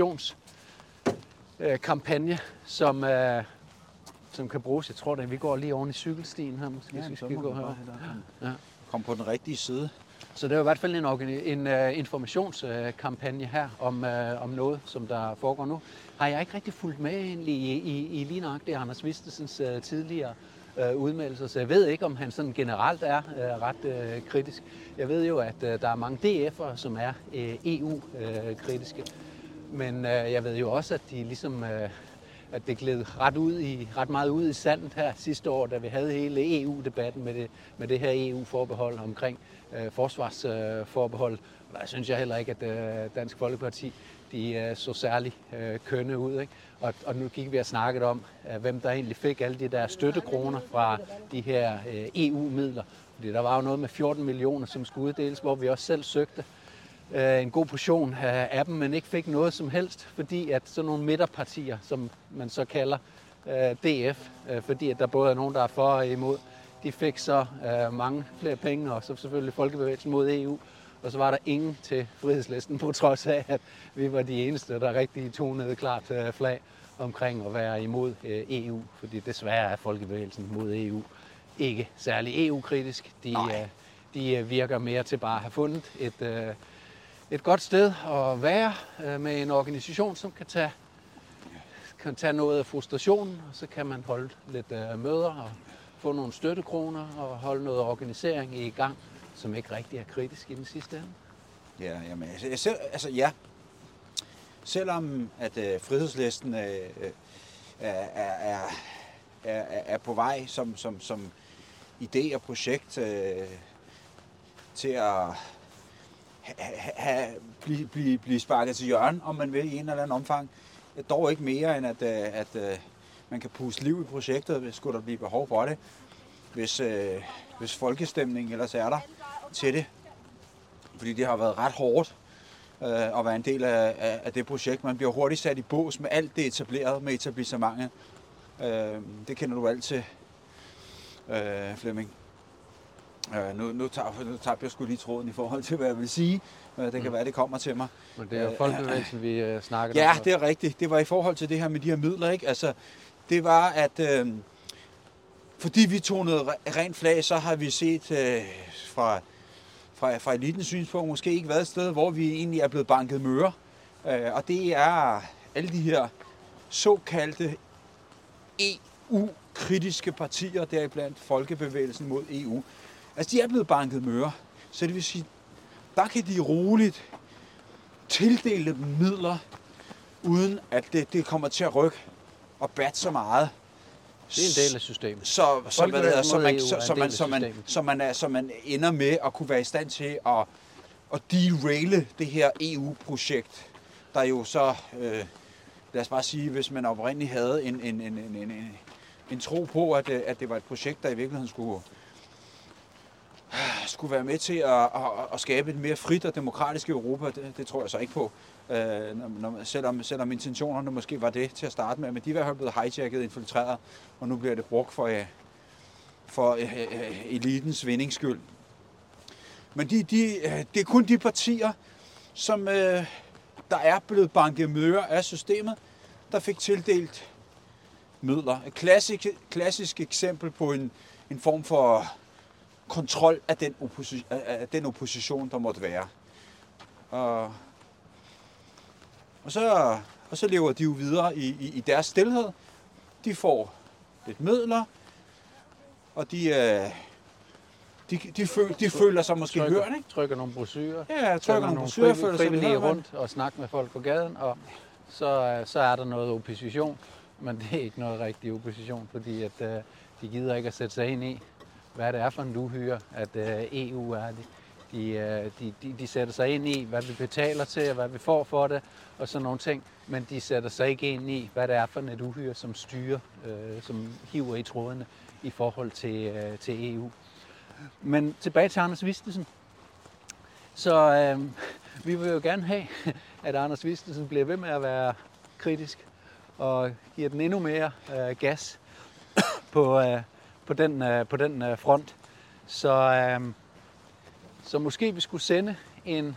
informationskampagne, som, uh, som kan bruges. Jeg tror da, vi går lige oven i cykelstien her, måske, hvis vi skal gå her. Ja. Kom på den rigtige side. Så det er i hvert fald en, organi- en uh, informationskampagne uh, her om, uh, om noget, som der foregår nu. Har jeg ikke rigtig fulgt med egentlig i, i, i lige nøjagtigt Anders Vistisens uh, tidligere uh, udmeldelser, så jeg ved ikke, om han sådan generelt er uh, ret uh, kritisk. Jeg ved jo, at uh, der er mange D F'ere, som er uh, E U-kritiske, uh, men uh, jeg ved jo også, at de ligesom... Uh, at det gled ret, ud i, ret meget ud i sandet her sidste år, da vi havde hele E U-debatten med det, med det her E U-forbehold omkring øh, forsvarsforbehold. Øh, og der synes jeg heller ikke, at øh, Dansk Folkeparti de, øh, så særlig øh, kønne ud. Ikke? Og, og nu gik vi og snakket om, øh, hvem der egentlig fik alle de der støttekroner fra de her øh, E U-midler. Fordi der var jo noget med fjorten millioner, som skulle uddeles, hvor vi også selv søgte en god portion af dem, men ikke fik noget som helst, fordi at sådan nogle midterpartier, som man så kalder D F, fordi at der både er nogen, der er for og imod, de fik så mange flere penge, og så selvfølgelig Folkebevægelsen mod E U, og så var der ingen til frihedslisten, på trods af, at vi var de eneste, der rigtig tonede klart flag omkring at være imod E U, fordi desværre er Folkebevægelsen mod E U ikke særlig E U-kritisk. De, de virker mere til bare at have fundet et Et godt sted at være øh, med en organisation, som kan tage, kan tage noget af frustrationen, og så kan man holde lidt øh, møder og få nogle støttekroner og holde noget organisering i gang, som ikke rigtig er kritisk i den sidste ende. Ja, jamen, altså, jeg selv, altså ja. Selvom at øh, frihedslisten øh, er, er, er, er på vej som, som, som idé og projekt øh, til at ha, ha, blive, blive, blive sparket til hjørne, om man vil i en eller anden omfang. Dog ikke mere, end at, at, at man kan puste liv i projektet, hvis skulle der blive behov for det. Hvis, øh, hvis folkestemningen ellers er der til det. Fordi det har været ret hårdt øh, at være en del af, af, af det projekt. Man bliver hurtigt sat i bås med alt det etableret med etablissementet. Øh, det kender du alt til, øh, Flemming. Øh, nu, nu, tager, nu tager jeg sgu lige tråden i forhold til, hvad jeg vil sige. Det kan mm. være, det kommer til mig. Men det er jo folkebevægelsen, vi øh, snakker ja, om. Ja, det er rigtigt. Det var i forhold til det her med de her midler, ikke? Altså, det var, at øh, fordi vi tog noget rent flag, så har vi set øh, fra, fra, fra elitens synspunkt måske ikke været et sted, hvor vi egentlig er blevet banket møre. Øh, og det er alle de her såkaldte E U-kritiske partier, deriblandt Folkebevægelsen mod E U. Altså, de er blevet banket møre. Så det vil sige, der kan de roligt tildele dem midler, uden at det, det kommer til at rykke og batte så meget. Det er en del af systemet. Så, så, hvad det er, så, man, så, så, man, så, man, så, man er, så man ender med at kunne være i stand til at, at deraile det her E U-projekt, der jo så, øh, lad os bare sige, hvis man oprindeligt havde en, en, en, en, en, en tro på, at, at det var et projekt, der i virkeligheden skulle skulle være med til at, at, at skabe et mere frit og demokratisk Europa, det, det tror jeg så ikke på. Øh, når, selvom, selvom intentionerne måske var det til at starte med, men de er i hvert fald blevet hijacket, infiltreret, og nu bliver det brugt for, uh, for uh, uh, elitens vindings skyld. Men de, de, uh, det er kun de partier, som uh, der er blevet banket møre af systemet, der fik tildelt midler. Et klassisk, klassisk eksempel på en, en form for kontrol af den, opposi- af den opposition, der måtte være. Og, og, så, og så lever de jo videre i, i, i deres stilhed. De får lidt midler, og de, øh, de, de, føl, de føler sig måske trykker, hørt, ikke? Trykker nogle brochurer. Ja, trykker nogle brochurer, føler sig frivillige rundt og snakker med folk på gaden, og så, så er der noget opposition, men det er ikke noget rigtig opposition, fordi at, øh, de gider ikke at sætte sig ind i, hvad det er for en uhyre, at øh, E U er. De, de, de, de, de sætter sig ind i, hvad vi betaler til, og hvad vi får for det, og sådan nogle ting. Men de sætter sig ikke ind i, hvad det er for et uhyre, som styrer, øh, som hiver i trådene i forhold til, øh, til E U. Men tilbage til Anders Vistisen. Så øh, vi vil jo gerne have, at Anders Vistisen bliver ved med at være kritisk, og giver den endnu mere øh, gas på... Øh, på den, øh, på den øh, front. Så, øh, så måske vi skulle sende en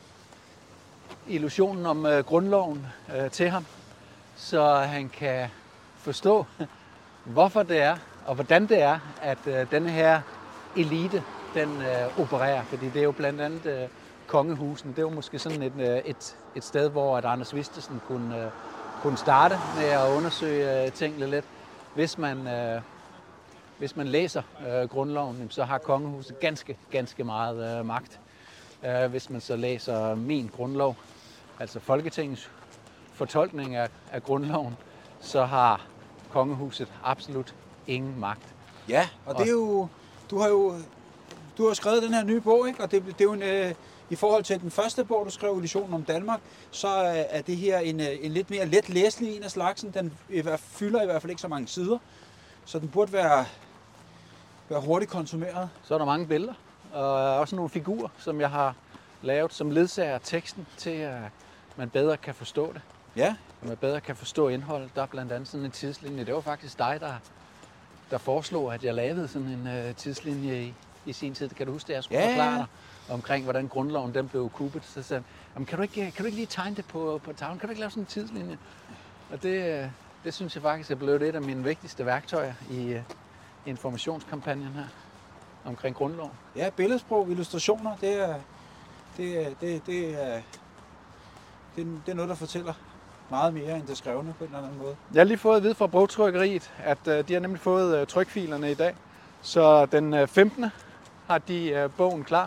illusion om øh, grundloven øh, til ham, så han kan forstå, hvorfor det er, og hvordan det er, at øh, denne her elite, den øh, opererer. Fordi det er jo blandt andet øh, kongehusene. Det er jo måske sådan et, øh, et, et sted, hvor at Anders Vistisen kunne, øh, kunne starte med at undersøge øh, tingene lidt. Hvis man... Øh, Hvis man læser øh, grundloven, så har kongehuset ganske, ganske meget øh, magt. Øh, hvis man så læser min grundlov, altså Folketingets fortolkning af, af grundloven, så har kongehuset absolut ingen magt. Ja, og det er jo, du har jo, du har skrevet den her nye bog, ikke? Og det, det er jo en, øh, i forhold til den første bog, du skrev, Illusionen om Danmark, så er det her en, en lidt mere let læselig en af slagsen. Den fylder i hvert fald ikke så mange sider, så den burde være være hurtigt konsumeret. Så er der mange billeder, og også nogle figurer, som jeg har lavet, som ledsager teksten til, at man bedre kan forstå det. Ja. At man bedre kan forstå indholdet. Der er blandt andet sådan en tidslinje. Det var faktisk dig, der, der foreslog, at jeg lavede sådan en uh, tidslinje i, i sin tid. Kan du huske det, jeg skulle ja, forklare ja. dig omkring, hvordan grundloven den blev kuppet? Så sagde jeg, kan du ikke, kan du ikke lige tegne det på, på tavlen? Kan du ikke lave sådan en tidslinje? Og det, det synes jeg faktisk er blevet et af mine vigtigste værktøjer i informationskampagnen her omkring grundloven. Ja, billedsprog, illustrationer, det er, det er, det, det er, det, det er noget, der fortæller meget mere end det skrevne på en eller anden måde. Jeg har lige fået at vide fra bogtrykkeriet, at uh, de har nemlig fået uh, trykfilerne i dag. Så den uh, femtende har de uh, bogen klar.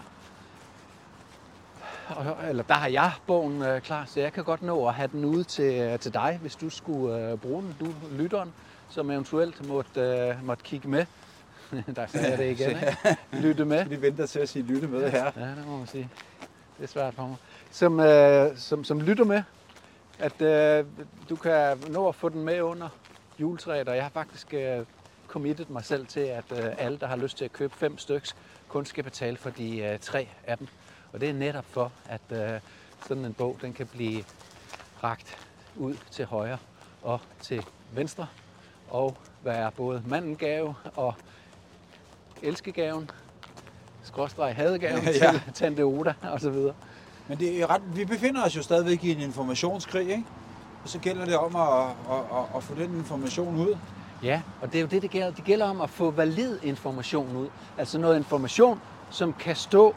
Og, eller der har jeg bogen uh, klar, så jeg kan godt nå at have den ude til, uh, til dig, hvis du skulle uh, bruge den, du lytteren, som eventuelt måtte, uh, måtte kigge med. Der sagde jeg det igen, ikke? Lytte med. De venter til at sige lytte med her. Ja, det må man sige. det er svært for mig. Som, øh, som, som lytter med, at øh, du kan nå at få den med under juletræet, og jeg har faktisk øh, committed mig selv til, at øh, alle, der har lyst til at købe fem stykker, kun skal betale for de øh, tre af dem. Og det er netop for, at øh, sådan en bog, den kan blive rakt ud til højre og til venstre, og være både mandengave og elskegaven, skråstreg hadegaven ja. til Tante Oda og så videre. Men det er ret, vi befinder os jo stadigvæk i en informationskrig, ikke? Og så gælder det om at, at, at, at få den information ud. Ja, og det er jo det, det gælder. Det gælder om at få valid information ud. Altså noget information, som kan stå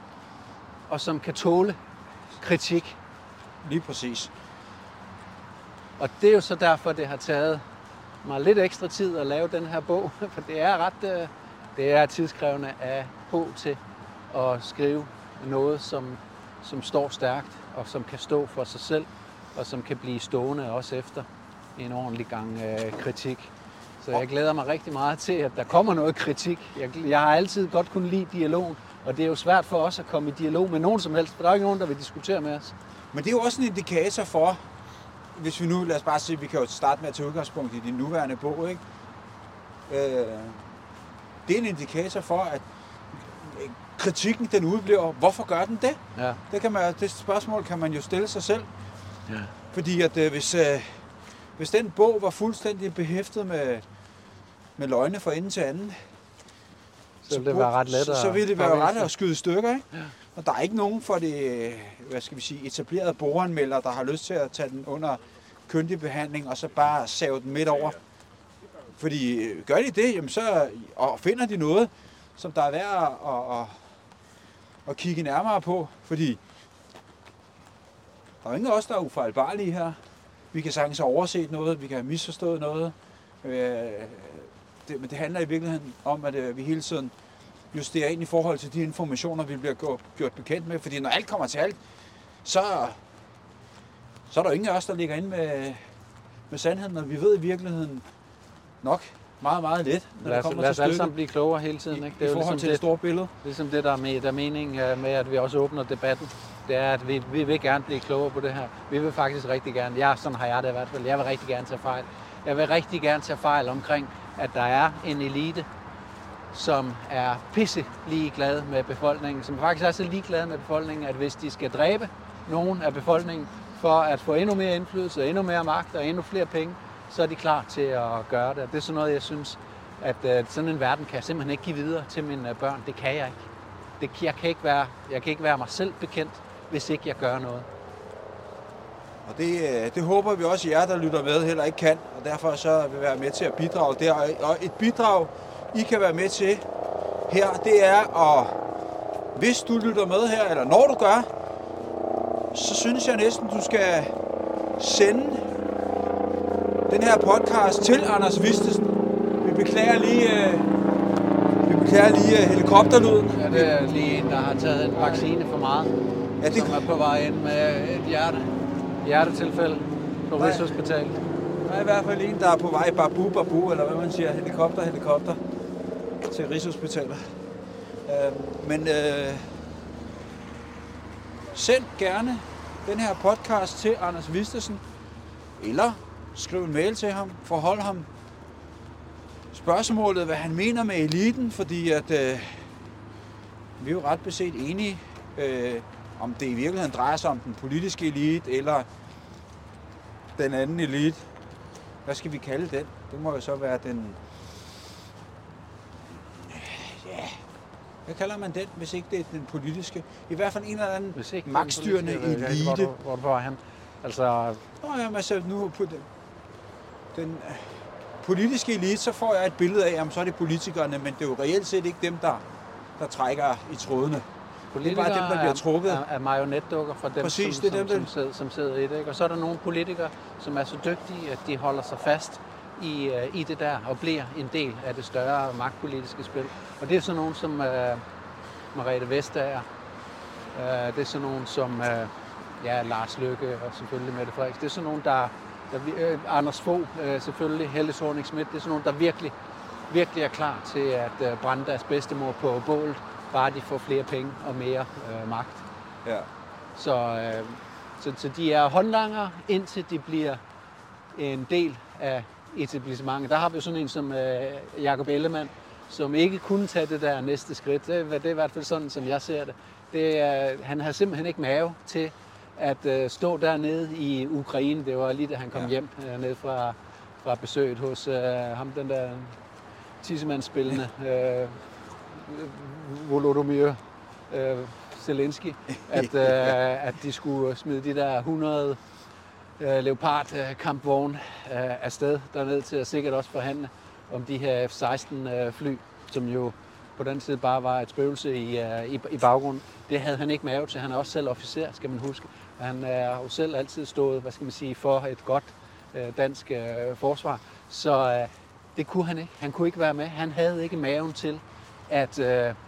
og som kan tåle kritik. Lige præcis. Og det er jo så derfor, det har taget mig lidt ekstra tid at lave den her bog, for det er ret, det er tidskrævende af på til at skrive noget, som, som står stærkt og som kan stå for sig selv og som kan blive stående også efter en ordentlig gang øh, kritik. Så jeg glæder mig rigtig meget til, at der kommer noget kritik. Jeg, jeg har altid godt kunnet lide dialogen, og det er jo svært for os at komme i dialog med nogen som helst, for der er ikke nogen, der vil diskutere med os. Men det er jo også en indikator for, hvis vi nu, lad os bare sige, vi kan jo starte med at tage udgangspunkt i din nuværende bog, ikke? Øh, det er en indikator for, at kritikken, den udbliver. Hvorfor gør den det? Ja. Det, kan man, det spørgsmål kan man jo stille sig selv. Ja. Fordi at øh, hvis, øh, hvis den bog var fuldstændig behæftet med, med løgne fra ende til anden, så ville det være ret let så, så ville det være ret at skyde stykker, ikke? Ja. Og der er ikke nogen for det, hvad skal vi sige, etablerede boganmelder, der har lyst til at tage den under kyndig behandling og så bare save den midt over. Fordi gør de det, jamen så, og finder de noget, som der er værd at, at, at kigge nærmere på. Fordi der er ingen af os, der er ufejlbarlige her. Vi kan sagtens have overset noget, vi kan have misforstået noget. Det, men det handler i virkeligheden om, at vi hele tiden justerer ind i forhold til de informationer, vi bliver gjort bekendt med. Fordi når alt kommer til alt, så, så er der jo ingen af os, der ligger inde med, med sandheden, og vi ved i virkeligheden nok meget, meget lidt, når lad det kommer lad til os alle sammen blive klogere hele tiden. Ikke? Det er i forhold ligesom til det store billede. Ligesom det, der er, med, der er meningen med, at vi også åbner debatten, det er, at vi, vi vil gerne blive klogere på det her. Vi vil faktisk rigtig gerne, ja, sådan har jeg det i hvert fald, jeg vil rigtig gerne tage fejl. Jeg vil rigtig gerne tage fejl omkring, at der er en elite, som er pisse ligeglade med befolkningen, som faktisk er så ligeglade med befolkningen, at hvis de skal dræbe nogen af befolkningen for at få endnu mere indflydelse, endnu mere magt og endnu flere penge, så er de klar til at gøre det. Det er sådan noget, jeg synes, at sådan en verden kan jeg simpelthen ikke give videre til mine børn. Det kan jeg ikke. Det, jeg, kan ikke være, jeg kan ikke være mig selv bekendt, hvis ikke jeg gør noget. Og det, det håber vi også, jer, der lytter med, heller ikke kan. Og derfor så vil vi være med til at bidrage der. Og et bidrag, I kan være med til her, det er, at hvis du lytter med her, eller når du gør, så synes jeg næsten, du skal sende den her podcast til Anders Vistesen. Vi beklager lige, øh, vi beklager lige øh, helikopterlyden. Ja, det er lige en, der har taget en vaccine for meget, ja, det... som er på vej ind med et hjerte, hjertetilfælde på Rigshospitalet. Der er i hvert fald en, der er på vej babu, babu, eller hvad man siger, helikopter, helikopter til Rigshospitalet. Øh, men øh, send gerne den her podcast til Anders Vistesen, eller skriv en mail til ham, forhold ham spørgsmålet, hvad han mener med eliten, fordi at øh, vi er jo ret beset enige, øh, om det i virkeligheden drejer sig om den politiske elite, eller den anden elite. Hvad skal vi kalde den? Det må jo så være den... Ja, hvad kalder man den, hvis ikke det er den politiske? I hvert fald en eller anden magtstyrende elite. Hvor du, hvor du var han? Altså... Nå, jamen, altså nu på den, den politiske elite, så får jeg et billede af, om så er det politikerne, men det er jo reelt set ikke dem, der, der trækker i trådene. Politikere det er bare dem, der bliver trukket. Er, er marionetdukker fra dem, Præcis, som, det er dem, som, som, sidder, som sidder i det. Ikke? Og så er der nogle politikere, som er så dygtige, at de holder sig fast i, uh, i det der og bliver en del af det større magtpolitiske spil. Og det er sådan nogen som uh, Margrethe Vestager. Uh, det er sådan nogen som uh, ja, Lars Løkke og selvfølgelig Mette Frederiksen. Det er sådan nogen, der... der uh, Anders Fogh uh, selvfølgelig, Helle Thorning-Schmidt. Det er sådan nogen, der virkelig, virkelig er klar til at uh, brænde deres bedstemor på bålet, bare de får flere penge og mere øh, magt. Ja. Så, øh, så, så de er håndlangere, indtil de bliver en del af etablissementet. Der har vi sådan en som øh, Jakob Ellemann, som ikke kunne tage det der næste skridt. Det, det er i hvert fald sådan, som jeg ser det. det er, han har simpelthen ikke mave til at øh, stå dernede i Ukraine. Det var lige da han kom ja. hjem øh, ned fra, fra besøget hos øh, ham, den der tissemandsspillende øh, Volodymyr øh, Zelensky, at, øh, at de skulle smide de der hundrede øh, Leopard-kampvogne øh, afsted derned til at sikkert også forhandle om de her F seksten øh, fly, som jo på den side bare var et spøgelse i, uh, i, i baggrunden. Det havde han ikke mave til. Han er også selv officer, skal man huske. Han har jo selv altid stået, hvad skal man sige, for et godt uh, dansk uh, forsvar. Så uh, det kunne han ikke. Han kunne ikke være med. Han havde ikke maven til at, uh,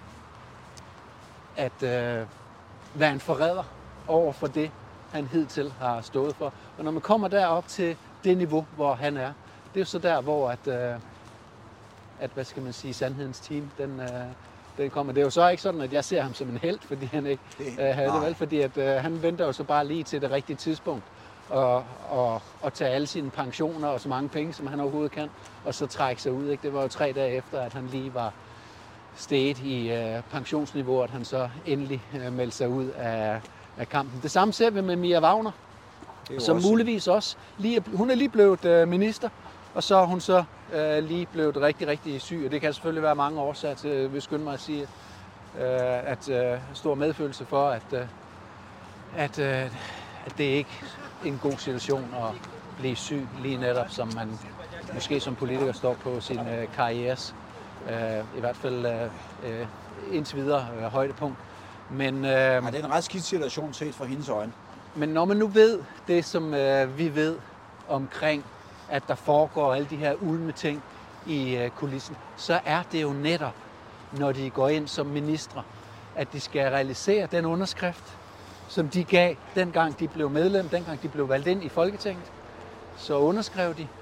at uh, være en forræder over for det, han hidtil har stået for. Og når man kommer derop til det niveau, hvor han er, det er jo så der, hvor at, uh, at hvad skal man sige, sandhedens team, den, øh, den kommer. Det er jo så ikke sådan, at jeg ser ham som en helt, fordi han ikke øh, havde det vel, fordi at, øh, han venter jo så bare lige til det rigtige tidspunkt og, og, og tage alle sine pensioner og så mange penge, som han overhovedet kan, og så trække sig ud. Ikke? Det var jo tre dage efter, at han lige var steget i øh, pensionsniveau, at han så endelig øh, meldte sig ud af, af kampen. Det samme ser vi med Mia Wagner, som også muligvis også, lige, hun er lige blevet øh, minister, og så er hun så øh, lige blevet rigtig, rigtig syg, og det kan selvfølgelig være mange årsager til, jeg vil skynde mig at sige, øh, at øh, stor medfølelse for, at, øh, at, øh, at det ikke er en god situation at blive syg lige netop, som man måske som politiker står på sin øh, karrieres, øh, i hvert fald øh, indtil videre øh, højdepunkt. Men, øh, ja, det er en ret skidt situation set fra hendes øjne. Men når man nu ved det, som øh, vi ved omkring, at der foregår alle de her ulme ting i øh, kulissen, så er det jo netop, når de går ind som ministre, at de skal realisere den underskrift, som de gav, dengang de blev medlem, dengang de blev valgt ind i Folketinget. Så underskrev de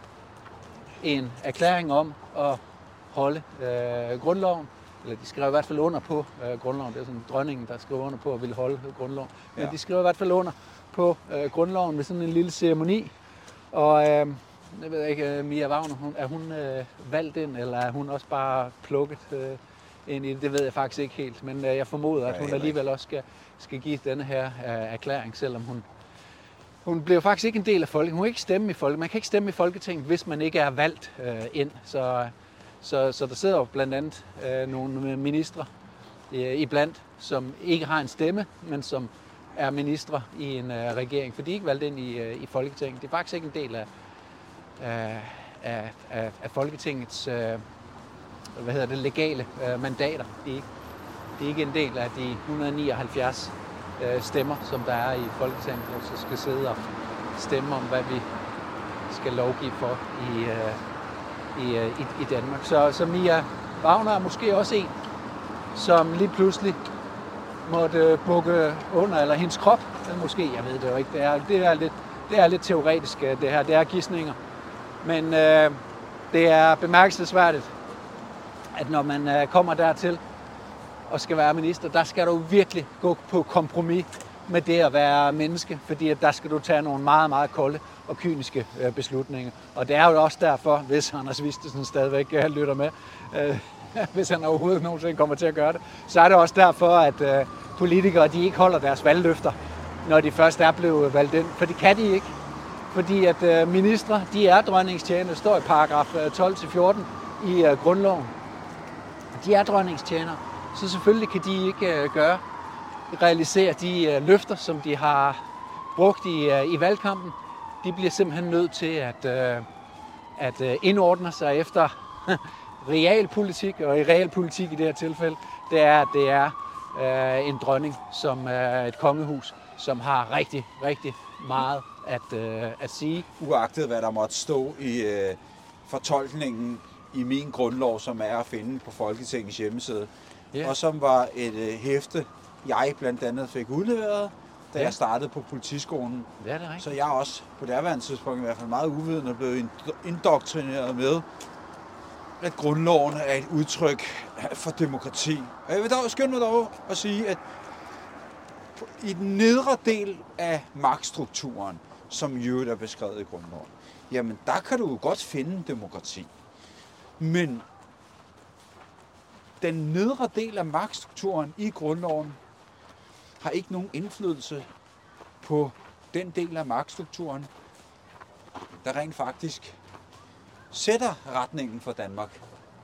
en erklæring om at holde øh, grundloven, eller de skrev i hvert fald under på øh, grundloven. Det er sådan dronningen, der skriver under på at ville holde grundloven. Men ja. de skrev i hvert fald under på øh, grundloven med sådan en lille ceremoni. Og øh, jeg ved ikke, Mia Wagner, hun, er hun øh, valgt ind, eller er hun også bare plukket øh, ind i det? Det ved jeg faktisk ikke helt, men øh, jeg formoder, at hun alligevel også skal, skal give denne her øh, erklæring, selvom hun... Hun blev faktisk ikke en del af Folketinget. Hun kan ikke stemme i Folketinget. Man kan ikke stemme i Folketinget, hvis man ikke er valgt øh, ind. Så, så, så der sidder jo blandt andet øh, nogle ministre øh, iblandt, som ikke har en stemme, men som er ministre i en øh, regering, for de er ikke valgt ind i, øh, i Folketinget. Det er faktisk ikke en del af, af, af, af, af Folketingets øh, hvad hedder det, legale øh, mandater. De er, ikke, de er ikke en del af de et hundrede og nioghalvfjerds øh, stemmer, som der er i Folketinget, og så skal sidde og stemme om, hvad vi skal lovgive for i, øh, i, øh, i, i Danmark. Så, så Mia Wagner er måske også en, som lige pludselig måtte bukke under, eller hendes krop, måske, jeg ved det jo ikke, det er, det er, lidt, det er lidt teoretisk, det her, det er gidsninger. Men øh, det er bemærkelsesværdigt, at når man øh, kommer dertil og skal være minister, der skal du virkelig gå på kompromis med det at være menneske, fordi at der skal du tage nogle meget, meget kolde og kyniske øh, beslutninger. Og det er jo også derfor, hvis Anders Vistisen stadigvæk øh, lytter med, øh, hvis han overhovedet nogensinde kommer til at gøre det, så er det også derfor, at øh, politikere de ikke holder deres valgløfter, når de først er blevet valgt ind. For det kan de ikke. Fordi at øh, ministre, de er dronningstjenere, det står i paragraf tolv til fjorten i øh, grundloven. De er dronningstjenere, så selvfølgelig kan de ikke øh, gøre, realisere de øh, løfter, som de har brugt i, øh, i valgkampen. De bliver simpelthen nødt til at, øh, at øh, indordne sig efter realpolitik, og i realpolitik i det her tilfælde, det er, at det er øh, en dronning, som er et kongehus, som har rigtig, rigtig meget at, øh, at sige. Uagtet hvad der måtte stå i øh, fortolkningen i min grundlov, som er at finde på Folketingets hjemmeside, yeah. og som var et øh, hæfte, jeg blandt andet fik udleveret, da yeah. jeg startede på politiskolen. Ja, det er rigtigt. Så jeg også på derværende tidspunkt i hvert fald meget uvidende blev indoktrineret med, at grundloven er et udtryk for demokrati. Og jeg vil dog skynde mig dog at sige, at i den nedre del af magtstrukturen, som i øvrigt er beskrevet i grundloven, jamen der kan du jo godt finde demokrati. Men den nedre del af magtstrukturen i grundloven har ikke nogen indflydelse på den del af magtstrukturen, der rent faktisk sætter retningen for Danmark.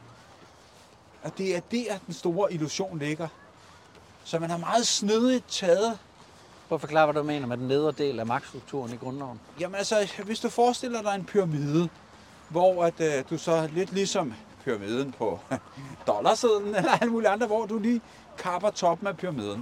Og det er der, den store illusion ligger. Så man har meget snødigt taget. Prøv at forklare, hvad du mener med den nedre del af magtstrukturen i grundloven. Jamen altså, hvis du forestiller dig en pyramide, hvor at, øh, du så lidt ligesom pyramiden på dollarsedlen eller alle mulige andre, hvor du lige kapper toppen af pyramiden.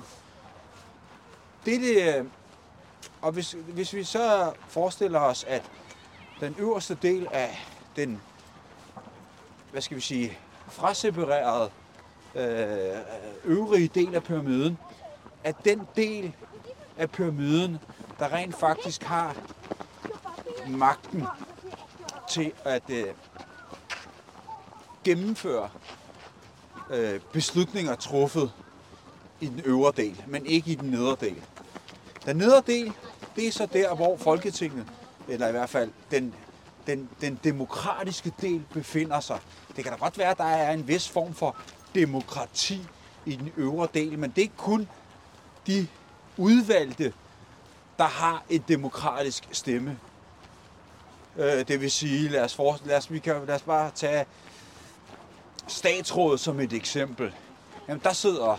Det er det, øh, og hvis, hvis vi så forestiller os, at den øverste del af den, hvad skal vi sige, fraseparerede øh, øvrige del af pyramiden, at den del af pyramiden, der rent faktisk har magten til at øh, gennemføre øh, beslutninger truffet i den øvre del, men ikke i den nedre del. Den nedre del, det er så der, hvor Folketinget, eller i hvert fald den, den, den demokratiske del, befinder sig. Det kan da godt være, at der er en vis form for demokrati i den øvre del, men det er kun de udvalgte, der har et demokratisk stemme. Øh, det vil sige, lad os, for, lad, os, vi kan, lad os bare tage statsrådet som et eksempel. Jamen, der sidder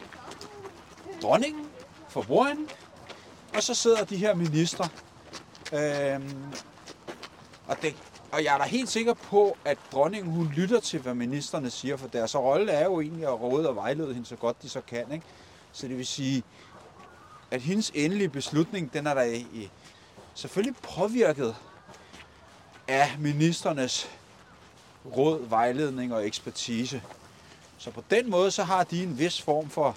dronningen for bordenden, og så sidder de her ministre. Øhm, og, det, og jeg er da helt sikker på, at dronningen hun lytter til, hvad ministerne siger, for deres rolle er jo egentlig at råde og vejlede hende så godt de så kan. Ikke? Så det vil sige, at hendes endelige beslutning, den er der i, selvfølgelig påvirket af ministernes råd, vejledning og ekspertise. Så på den måde, så har de en vis form for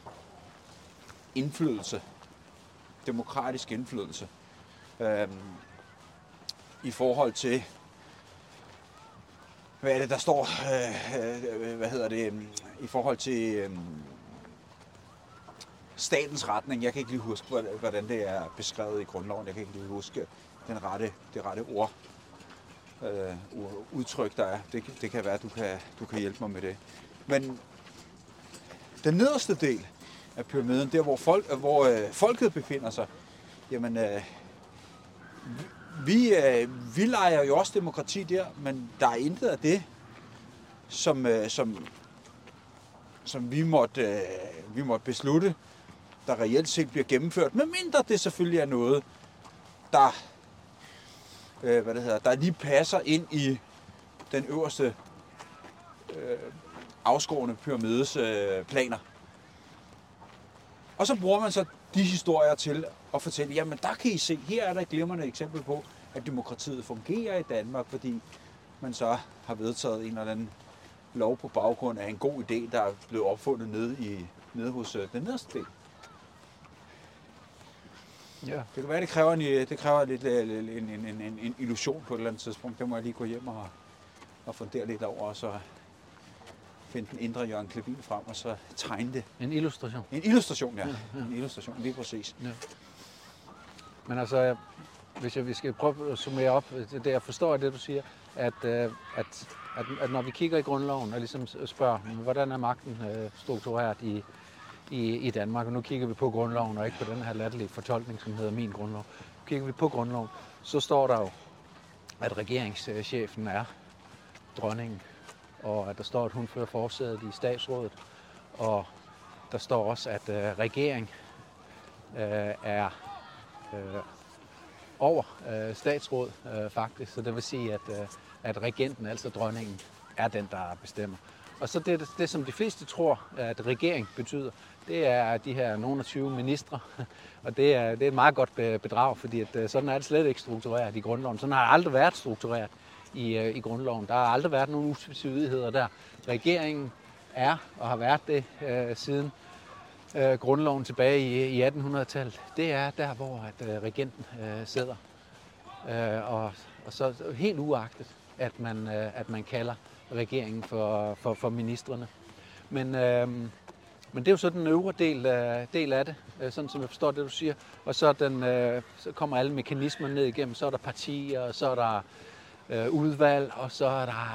indflydelse, demokratisk indflydelse, øhm, i forhold til, hvad er det, der står, øh, øh, hvad hedder det, i forhold til øh, statens retning. Jeg kan ikke lige huske, hvordan det er beskrevet i grundloven. Jeg kan ikke lige huske den rette, det rette ord, øh, udtryk, der er. Det, det kan være, at du kan, du kan hjælpe mig med det. Men den nederste del af pyramiden, der hvor, folk, hvor øh, folket befinder sig, jamen, øh, vi, øh, vi leger jo også demokrati der, men der er intet af det, som, øh, som, som vi, måtte, øh, vi måtte beslutte, der reelt set bliver gennemført, medmindre det selvfølgelig er noget, der, øh, hvad det hedder, der lige passer ind i den øverste øh, afskårende pyramides øh, planer. Og så bruger man så de historier til at fortælle, jamen der kan I se, her er der et glimrende eksempel på, at demokratiet fungerer i Danmark, fordi man så har vedtaget en eller anden lov på baggrund af en god idé, der er blevet opfundet nede, i, nede hos øh, den nederste del. Ja. Det kan være, det kræver en, det kræver lidt, en, en, en, en, en illusion på et eller andet tidspunkt. Det må jeg lige gå hjem og, og fundere lidt over, og så finde den indre Jørgen Klevin frem, og så tegne det. En illustration. En illustration, ja. ja, ja. En illustration, lige præcis. Ja. Men altså, hvis jeg, vi skal prøve at summere op, det jeg forstår det, du siger, at, at, at, at når vi kigger i grundloven og ligesom spørger, hvordan er magten struktureret i, i, i Danmark, og nu kigger vi på grundloven, og ikke på den her latterlige fortolkning, som hedder min grundlov. Kigger vi på grundloven, så står der jo, at regeringschefen er dronningen, og at der står, at hun fører forsædet i statsrådet, og der står også, at øh, regering øh, er øh, over øh, statsråd øh, faktisk, så det vil sige, at, øh, at regenten, altså dronningen, er den, der bestemmer. Og så det, det, som de fleste tror, at regering betyder, det er de her nogle af tyve ministre, og det er, det er et meget godt bedrag, fordi at, sådan er det slet ikke struktureret i grundloven. Sådan har det aldrig været struktureret i, i grundloven. Der har aldrig været nogen utvetydigheder der. Regeringen er og har været det øh, siden øh, grundloven tilbage i, i attenhundredetallet. Det er der, hvor at, øh, regenten øh, sidder. Øh, og, og så helt uagtet, at man, øh, at man kalder regeringen for, for, for ministrene. Men, øh, Men det er jo så den øvre del, øh, del af det, øh, sådan som jeg forstår det, du siger. Og så, den, øh, så kommer alle mekanismer ned igennem. Så er der partier, og så er der øh, udvalg, og så er der,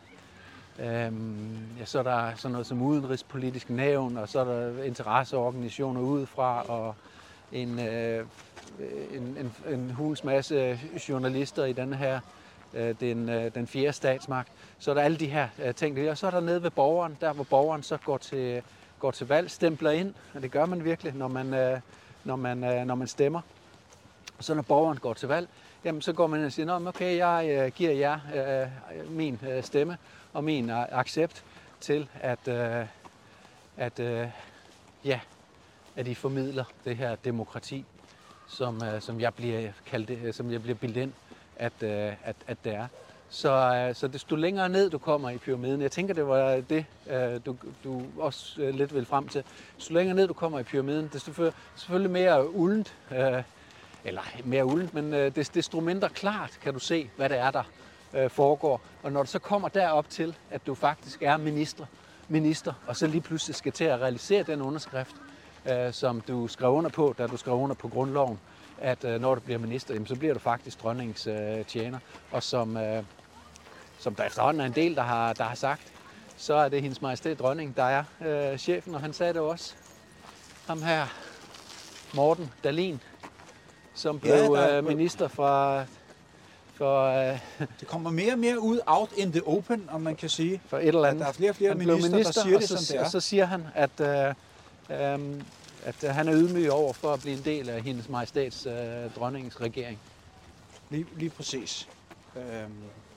øh, ja, så er der sådan noget som udenrigspolitisk nævn, og så er der interesseorganisationer udefra, og en, øh, en, en, en hulens masse journalister i denne her, øh, den, øh, den fjerde statsmagt. Så er der alle de her øh, ting, og så er der nede ved borgeren, der hvor borgeren så går til, går til valg, stempler ind, og det gør man virkelig, når man, øh, når man, øh, når man stemmer. Og så når borgeren går til valg, jamen så går man ind og siger, nå, okay, jeg øh, giver jer øh, min øh, stemme og min øh, accept til, at, øh, at, øh, ja, at I formidler det her demokrati, som, øh, som jeg bliver kaldt, øh, som jeg bliver bildet ind, at, øh, at, at det er. Så, øh, så desto længere ned du kommer i pyramiden, jeg tænker, det var det, øh, du, du også øh, lidt vil frem til. Desto længere ned du kommer i pyramiden, desto selvfølgelig mere uldent, øh, eller mere uldent, men øh, desto mindre klart kan du se, hvad det er, der øh, foregår. Og når du så kommer derop til, at du faktisk er minister, minister, og så lige pludselig skal til at realisere den underskrift, øh, som du skrev under på, da du skrev under på grundloven, at øh, når du bliver minister, jamen, så bliver du faktisk dronningens øh, tjener. Og som, øh, som der efterhånden er en del, der har, der har sagt, så er det hendes majestæt dronning, der er øh, chefen, og han sagde det også. Ham her, Morten Dahlin, som blev ja, øh, minister fra... For, øh, det kommer mere og mere ud out in the open, om man kan sige. For et eller andet. Der er flere og flere minister, minister, der siger det, så, som det er. Og så siger han, at, øh, øh, at han er ydmyg over for at blive en del af hendes majestæts øh, dronningens regering. Lige, lige præcis. Øhm,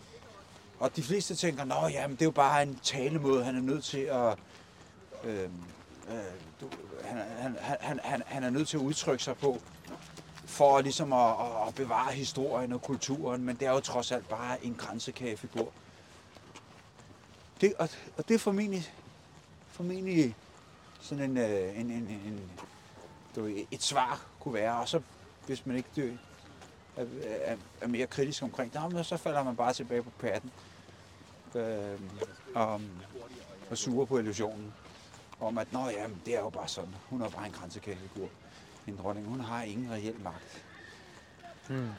og de fleste tænker, nå ja, men det er jo bare en talemåde, han er nødt til at... Øhm, øh, du, han, han, han, han, han er nødt til at udtrykke sig på, for ligesom at, at bevare historien og kulturen, men det er jo trods alt bare en kransekagefigur. Det, og, og det er formentlig, formentlig sådan en, en, en, en, en, et svar kunne være, og så hvis man ikke dør, er, er, er mere kritisk omkring det, så falder man bare tilbage på patten øh, og, og suger på illusionen om, at nå, jamen, det er jo bare sådan, hun er bare en kransekagefigur. En dronning, hun har ingen reel magt. Hmm.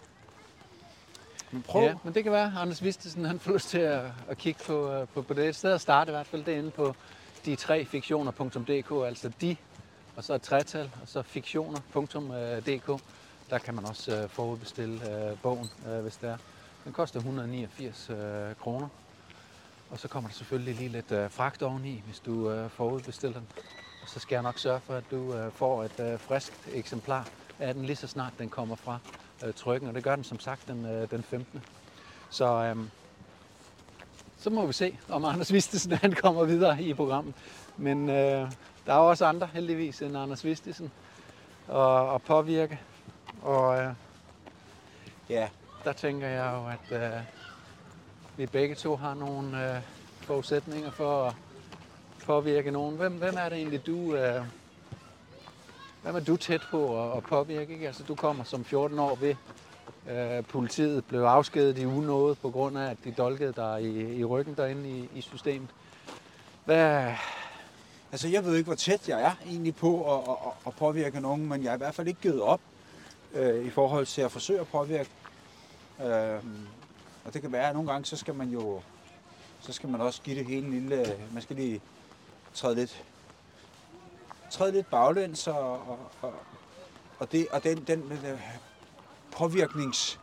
Men prøv. Ja, men det kan være, Anders Vistisen, han får lyst til at, at kigge på, på, på det. Et sted at starte i hvert fald, det er inde på de tre fiktioner punktum d k, altså de, og så et tretal, og så fiktioner punktum d k. Der kan man også uh, forudbestille uh, bogen, uh, hvis det er. Den koster et hundrede og niogfirs uh, kroner. Og så kommer der selvfølgelig lige lidt uh, fragt oveni, hvis du uh, forudbestiller den. Og så skal jeg nok sørge for, at du øh, får et øh, friskt eksemplar af den, lige så snart den kommer fra øh, trykken. Og det gør den som sagt den, øh, den femtende Så, øh, så må vi se, om Anders Vistisen han kommer videre i programmet. Men øh, der er også andre, heldigvis, end Anders Vistisen og, og påvirke. Og øh, ja, der tænker jeg jo, at øh, vi begge to har nogle øh, forudsætninger for at påvirke nogen. Hvem, hvem er det egentlig, du, øh, hvem er du tæt på at, at påvirke? Ikke? Altså, du kommer som fjorten år ved. Øh, politiet blev afskediget i unåde på grund af, at de dolkede dig i, i ryggen derinde i, i systemet. Hvad? Altså, jeg ved ikke, hvor tæt jeg er egentlig på at, at, at påvirke nogen, men jeg er i hvert fald ikke givet op øh, i forhold til at forsøge at påvirke. Øh, og det kan være, at nogle gange, så skal man jo så skal man også give det hele en lille... Man skal lige træde lidt, træde lidt baglæns, og, og, og, og, det, og den, den, den påvirknings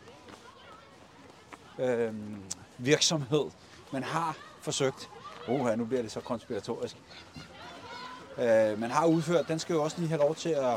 øh, virksomhed, man har forsøgt, oh, nu bliver det så konspiratorisk, øh, man har udført, den skal jo også lige have lov til at,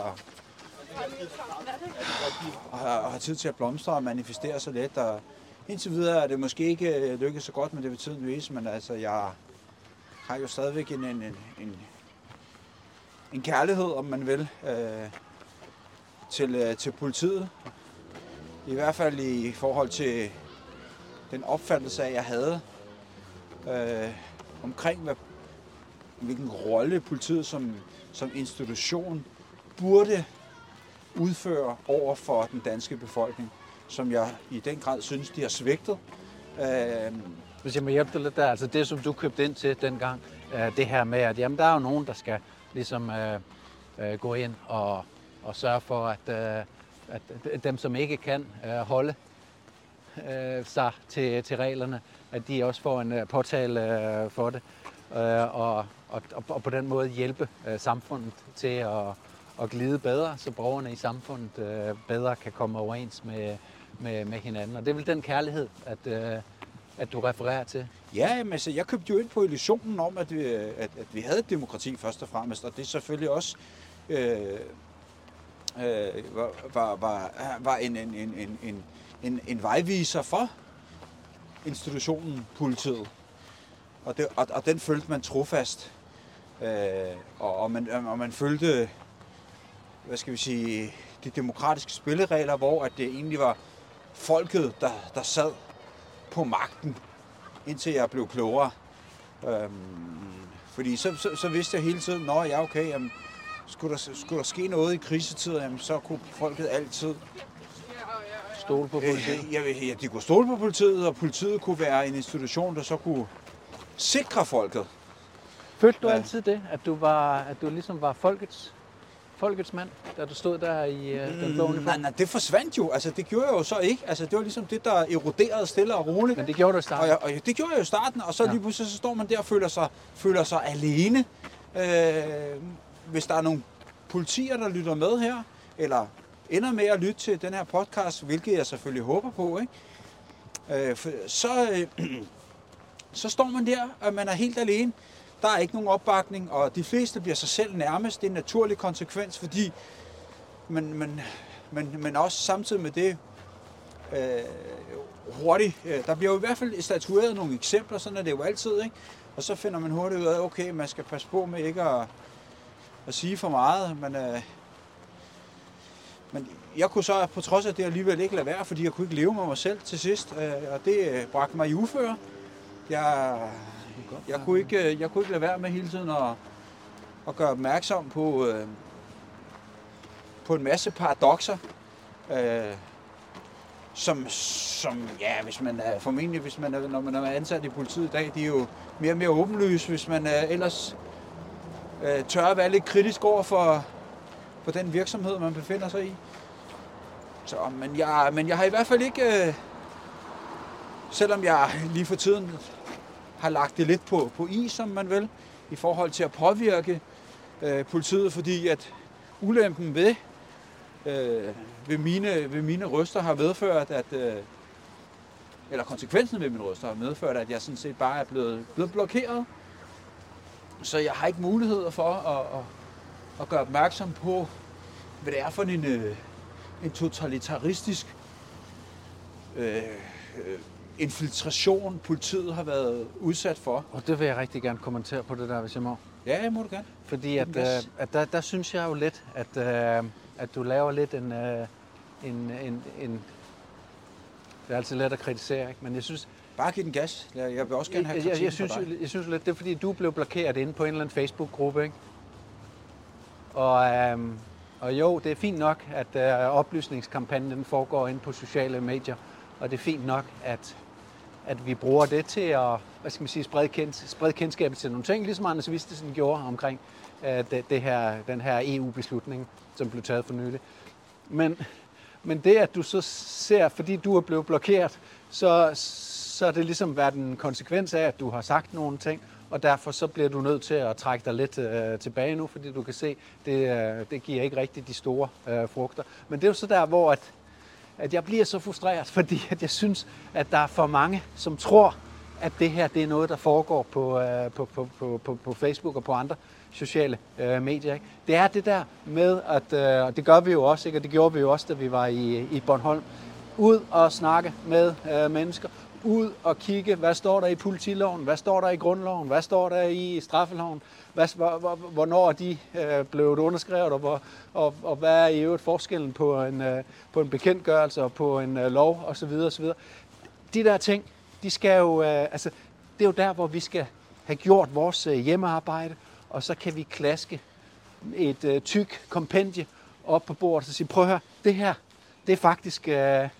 at, at have tid til at blomstre og manifestere sig lidt, og indtil videre er det måske ikke lykkedes så godt, men det vil tiden vise, men altså, jeg har jo stadigvæk en, en, en, en kærlighed, om man vil, øh, til, øh, til politiet. I hvert fald i forhold til den opfattelse af, jeg havde øh, omkring, hvad, hvilken rolle politiet som, som institution burde udføre over for den danske befolkning, som jeg i den grad synes, de har svigtet. Øh, Hvis jeg må hjælpe dig lidt der, altså det, som du købte ind til dengang, øh, det her med, at jamen, der er jo nogen, der skal ligesom øh, øh, gå ind og, og sørge for, at, øh, at dem, som ikke kan øh, holde øh, sig til, til reglerne, at de også får en øh, påtale øh, for det, øh, og, og, og på den måde hjælpe øh, samfundet til at, at glide bedre, så borgerne i samfundet øh, bedre kan komme overens med, med, med hinanden. Og det er vel den kærlighed, at, øh, at du refererer til? Ja, men altså, jeg købte jo ind på illusionen om, at vi, at, at vi havde et demokrati først og fremmest, og det selvfølgelig også øh, øh, var, var, var, var en, en, en, en, en, en vejviser for institutionen politiet. Og, det, og, og den følte man trofast. Øh, og, og, man, og man følte, hvad skal vi sige, de demokratiske spilleregler, hvor at det egentlig var folket, der, der sad på magten, indtil jeg blev klogere. Øhm, fordi så, så, så vidste jeg hele tiden, nå ja okay, jamen, skulle, der, skulle der ske noget i krisetider, jamen, så kunne folket altid stole på politiet. Øh, ja, ja, de kunne stole på politiet, og politiet kunne være en institution, der så kunne sikre folket. Følte du Ja. altid det, at du var, at du ligesom var folkets, folkets mand, da du stod der i uh, den blå uniform? Nej, nej, det forsvandt jo. Altså, det gjorde jeg jo så ikke. Altså, det var ligesom det, der eroderede stille og roligt. Men det gjorde du i Og, starten. jeg, og det gjorde jeg jo i starten, og så Ja. lige pludselig så står man der og føler sig, føler sig alene. Øh, hvis der er nogle politier, der lytter med her, eller ender med at lytte til den her podcast, hvilket jeg selvfølgelig håber på, ikke? Øh, for, så, øh, så står man der, og man er helt alene. Der er ikke nogen opbakning, og de fleste bliver sig selv nærmest. Det er en naturlig konsekvens, fordi man, man, man, man også samtidig med det øh, hurtigt, øh, der bliver jo i hvert fald statueret nogle eksempler, sådan er det jo altid, ikke? Og så finder man hurtigt ud af, okay, man skal passe på med ikke at, at sige for meget, men, øh, men jeg kunne så på trods af det alligevel ikke lade være, fordi jeg kunne ikke leve med mig selv til sidst, øh, og det øh, bragte mig i uføre. Jeg, jeg, kunne ikke, jeg kunne ikke lade være med hele tiden at, at gøre opmærksom på, øh, på en masse paradokser, øh, som, som, ja, hvis man er, formentlig, hvis man er, når man er ansat i politiet i dag, de er jo mere og mere åbenlyse, hvis man er, ellers øh, tør at være lidt kritisk over for, for den virksomhed, man befinder sig i. Så, men, jeg, men jeg har i hvert fald ikke, øh, selvom jeg lige for tiden har lagt det lidt på, på is, som man vil, i forhold til at påvirke øh, politiet, fordi at ulempen ved, øh, ved, mine, ved mine røster har medført, at, øh, eller konsekvensen ved mine røster har medført, at jeg sådan set bare er blevet, blevet blokeret. Så jeg har ikke muligheder for at, at, at gøre opmærksom på, hvad det er for en, øh, en totalitaristisk øh, øh, infiltration, politiet har været udsat for. Og det vil jeg rigtig gerne kommentere på det der, hvis jeg må. Ja, det må du gerne. Fordi at, øh, at der, der synes jeg jo lidt, at, øh, at du laver lidt en, øh, en, en, en... Det er altid let at kritisere, ikke? Men jeg synes... Bare giv den gas. Jeg vil også gerne have jeg, kritik jeg, jeg, synes, for dig. jeg, jeg synes lidt, det er fordi, du blev blokeret inde på en eller anden Facebook-gruppe, ikke? Og, øhm, og jo, det er fint nok, at øh, oplysningskampagnen den foregår inde på sociale medier. Og det er fint nok, at, at vi bruger det til at hvad skal man sige, sprede, kend, sprede kendskabet til nogle ting, ligesom Anders Vistesen gjorde omkring øh, det, det her, den her E U-beslutning, som blev taget for nylig. Men, men det, at du så ser, fordi du er blevet blokeret, så, så er det ligesom været en konsekvens af, at du har sagt nogle ting, og derfor så bliver du nødt til at trække dig lidt øh, tilbage nu, fordi du kan se, det, øh, det giver ikke rigtig de store øh, frugter. Men det er jo så der, hvor at, at jeg bliver så frustreret, fordi at jeg synes, at der er for mange, som tror, at det her det er noget, der foregår på, øh, på, på, på, på, på Facebook og på andre sociale øh, medier. Ikke? Det er det der med, at, øh, og det gør vi jo også, ikke? Og det gjorde vi jo også, da vi var i, i Bornholm, ud og snakke med øh, mennesker, ud og kigge, hvad står der i politiloven, hvad står der i grundloven, hvad står der i straffeloven, hvad, hvor, hvornår de øh, blev underskrevet, og, hvor, og, og hvad er i øvrigt forskellen på en, øh, på en bekendtgørelse og på en øh, lov osv. osv. De der ting, de skal jo, øh, altså, det er jo der, hvor vi skal have gjort vores øh, hjemmearbejde, og så kan vi klaske et øh, tyk kompendie op på bordet og sige, prøv at høre, det her, det er faktisk... Øh,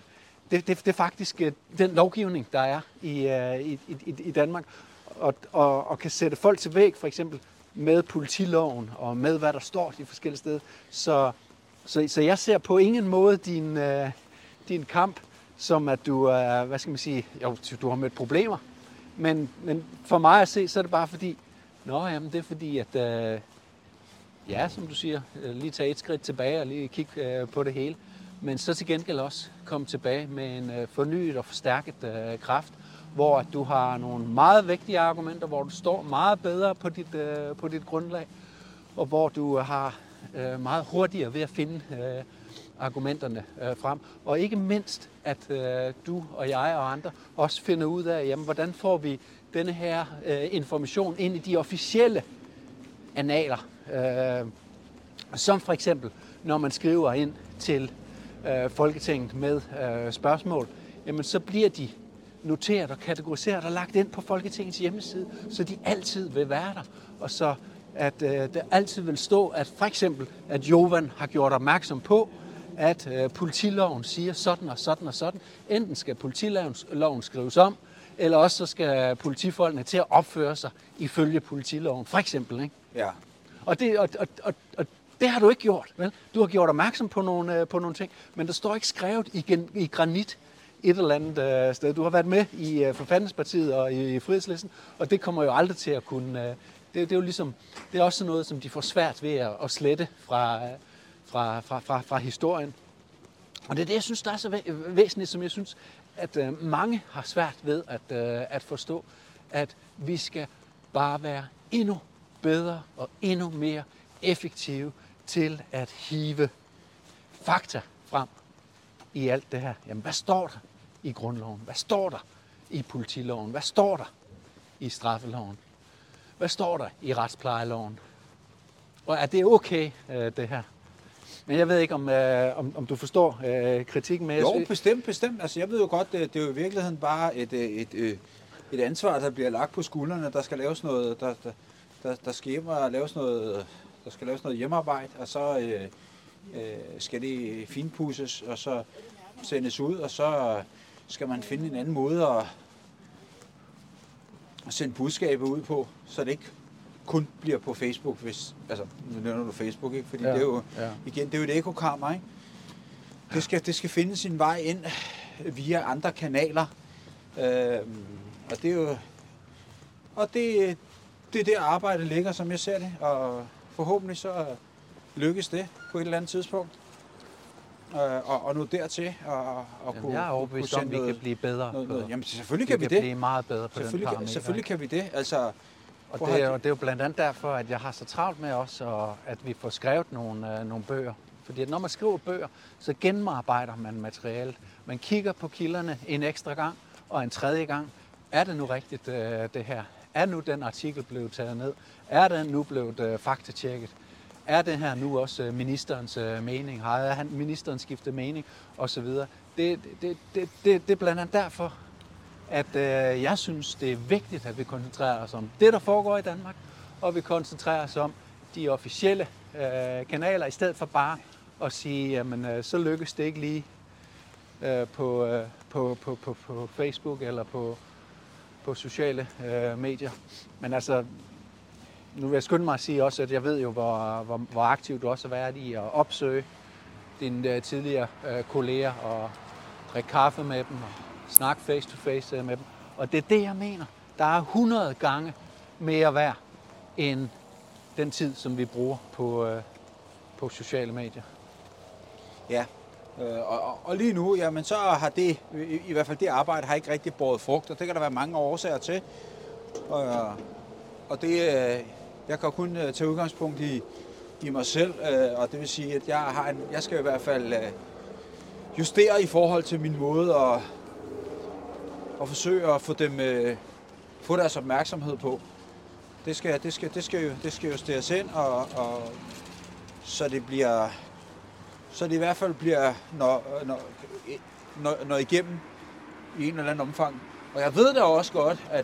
det, det, det er faktisk øh, den lovgivning, der er i, øh, i, i, i Danmark, og, og, og kan sætte folk til væg, for eksempel med politiloven og med, hvad der står de forskellige steder. Så, så, så jeg ser på ingen måde din, øh, din kamp som, at du, øh, hvad skal man sige, jo, du har mødt problemer, men, men for mig at se, så er det bare fordi, nå, jamen, det er fordi, at øh, ja, som du siger, lige tage et skridt tilbage og lige kigge øh, på det hele, men så til gengæld også komme tilbage med en øh, fornyet og forstærket øh, kraft, hvor du har nogle meget vigtige argumenter, hvor du står meget bedre på dit, øh, på dit grundlag, og hvor du har øh, meget hurtigere ved at finde øh, argumenterne øh, frem. Og ikke mindst, at øh, du og jeg og andre også finder ud af, jamen, hvordan får vi denne her øh, information ind i de officielle analer. Øh, som for eksempel, når man skriver ind til øh, Folketinget med øh, spørgsmål, jamen så bliver de noteret og kategoriseret og lagt ind på Folketingets hjemmeside, så de altid vil være der. Og så at øh, der altid vil stå, at for eksempel, at Jovan har gjort opmærksom på, at øh, politiloven siger sådan og sådan og sådan. Enten skal politiloven loven skrives om, eller også så skal politifolkene til at opføre sig ifølge politiloven, for eksempel. Ikke? Ja. Og, det, og, og, og, og det har du ikke gjort, vel? Du har gjort opmærksom på nogle, på nogle ting, men der står ikke skrevet i, i granit et eller andet øh, sted. Du har været med i øh, Forfatningspartiet og i, i Frihedslisten, og det kommer jo aldrig til at kunne... Øh, det, det er jo ligesom, det er også noget, som de får svært ved at, at slette fra, øh, fra, fra, fra, fra historien. Og det er det, jeg synes, der er så væ- væsentligt, som jeg synes, at øh, mange har svært ved at, øh, at forstå, at vi skal bare være endnu bedre og endnu mere effektive til at hive fakta frem i alt det her. Jamen, hvad står der i grundloven? Hvad står der i politiloven? Hvad står der i straffeloven? Hvad står der i retsplejeloven? Og er det okay, det her? Men jeg ved ikke, om, om, om du forstår øh, kritikken med. Jo, bestemt, bestemt. Altså, jeg ved jo godt, det, det er jo i virkeligheden bare et, et, et, et ansvar, der bliver lagt på skuldrene. Der skal laves noget, der, der, der, der skal laves noget, der skal laves noget hjemmearbejde, og så øh, øh, skal det finpudses, og så sendes ud, og så skal man finde en anden måde at, at sende budskaber ud på, så det ikke kun bliver på Facebook, hvis, altså, nu nævner du Facebook, ikke? Fordi ja, det er jo, ja. igen, det er jo et ekokammer, ikke? Det skal, det skal finde sin vej ind via andre kanaler, øh, og det er jo, og det, det er der arbejdet ligger, som jeg ser det, og forhåbentlig så lykkes det på et eller andet tidspunkt, øh, og, og nå dertil, og, og jamen, kunne, jeg er overbevist om, at vi kan blive bedre. Noget, noget. Jamen selvfølgelig vi kan vi, kan det. blive meget bedre på selvfølgelig den kan, selvfølgelig kan vi det, altså. Og det, er jo, det er jo blandt andet derfor, at jeg har så travlt med også, og at vi får skrevet nogle, øh, nogle bøger. Fordi når man skriver bøger, så gennemarbejder man materialet. Man kigger på kilderne en ekstra gang, og en tredje gang. Er det nu rigtigt, øh, det her? Er nu den artikel blevet taget ned? Er den nu blevet øh, faktatjekket? Er det her nu også øh, ministerens øh, mening? Har han ministeren skiftet mening? Og så videre. Det, det, det, det, det er blandt andet derfor, at øh, jeg synes, det er vigtigt, at vi koncentrerer os om det, der foregår i Danmark, og vi koncentrerer os om de officielle øh, kanaler, i stedet for bare at sige, jamen, øh, så lykkes det ikke lige øh, på, øh, på, på, på, på Facebook eller på, på sociale øh, medier. Men altså, nu vil jeg skynde mig at sige også, at jeg ved jo, hvor, hvor, hvor aktiv du også har været i at opsøge dine øh, tidligere øh, kolleger og drikke kaffe med dem og snakke face to face med dem. Og det er det, jeg mener. Der er hundrede gange mere værd end den tid, som vi bruger på, øh, på sociale medier. Ja, øh, og, og lige nu, jamen så har det, i, i hvert fald det arbejde, har ikke rigtig båret frugt, og det kan der være mange årsager til. Og, og det, øh, jeg kan kun tage udgangspunkt i, i mig selv, øh, og det vil sige, at jeg, har en, jeg skal i hvert fald øh, justere i forhold til min måde at og forsøge at få dem øh, få deres opmærksomhed på. Det skal det skal det skal jo det skal justeres ind, og, og så det bliver så det i hvert fald bliver når når når, når igennem i en eller anden omfang. Og jeg ved da også godt, at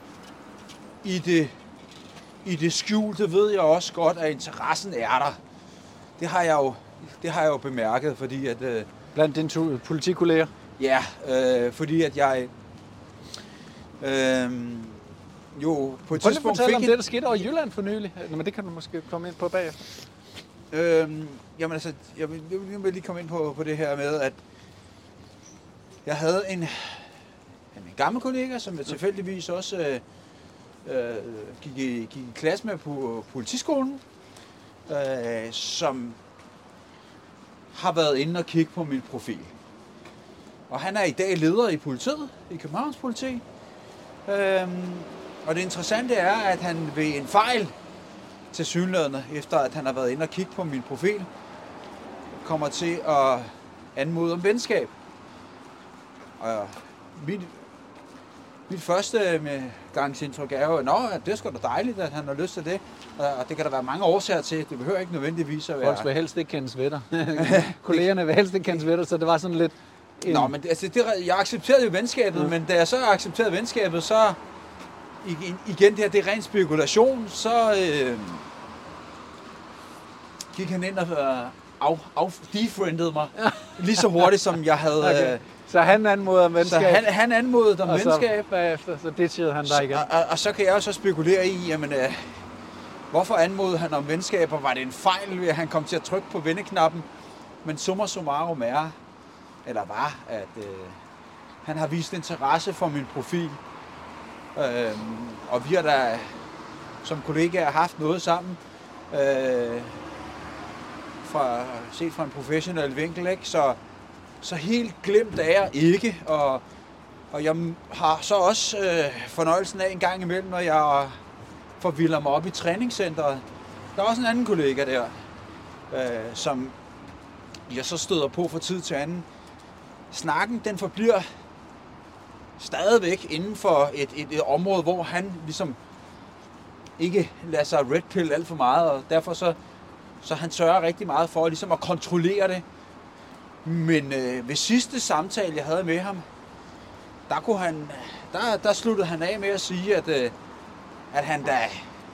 i det i det skjulte ved jeg også godt, at interessen er der. Det har jeg jo det har jeg jo bemærket, fordi at øh, blandt dine politikolleger. Ja, øh, fordi at jeg øh, jo på et Prøv lige at tidspunkt fortælle fik om en- det, der skete over i Jylland for nylig. Nå, men det kan du måske komme ind på bagefter. Øhm, jamen altså, jeg vil, jeg vil jeg vil lige komme ind på, på det her med, at jeg havde en, en gammel kollega, som jeg tilfældigvis også øh, øh, gik, i, gik i klasse med på politiskolen, øh, som har været inde og kigge på min profil. Og han er i dag leder i politiet, i Københavns Politi. Øhm, og det interessante er, at han ved en fejl til synlædende, efter at han har været inde og kigge på min profil, kommer til at anmode om venskab. Og mit, mit første med gangsindtryk er jo, nå, det er sgu da dejligt, at han har lyst til det. Og det kan der være mange årsager til. Det behøver ikke nødvendigvis at være... Folk vil helst ikke kendes ved dig. Kollegerne vil helst ikke kendes ved dig, så det var sådan lidt... En... Nå, men altså, det, jeg accepterede jo venskabet, ja. Men da jeg så accepterede venskabet, så igen det her, det er ren spekulation, så øh, gik han ind og af, af, defriendede mig lige så hurtigt, som jeg havde... Okay. Så han anmodede om venskab? Så han, han anmodede om og venskab. Så bagefter, så ditchede han dig igen? Og, og, og så kan jeg jo så spekulere i, jamen, øh, hvorfor anmodede han om venskab, og var det en fejl, ved at han kom til at trykke på venneknappen? Men summa summarum er, eller var, at øh, han har vist interesse for min profil. Øh, og vi har da som kollegaer haft noget sammen, øh, fra, set fra en professionel vinkel, ikke? Så, så helt glemt er jeg ikke, og, og jeg har så også øh, fornøjelsen af en gang imellem, når jeg forvilder mig op i træningscenteret. Der er også en anden kollega der, øh, som jeg så støder på fra tid til anden. Snakken, den forbliver stadigvæk inden for et, et, et område, hvor han ligesom ikke lader sig redpill alt for meget, og derfor så, så han sørger rigtig meget for ligesom at kontrollere det. Men øh, ved sidste samtale, jeg havde med ham, der, kunne han, der, der sluttede han af med at sige, at, øh, at han da,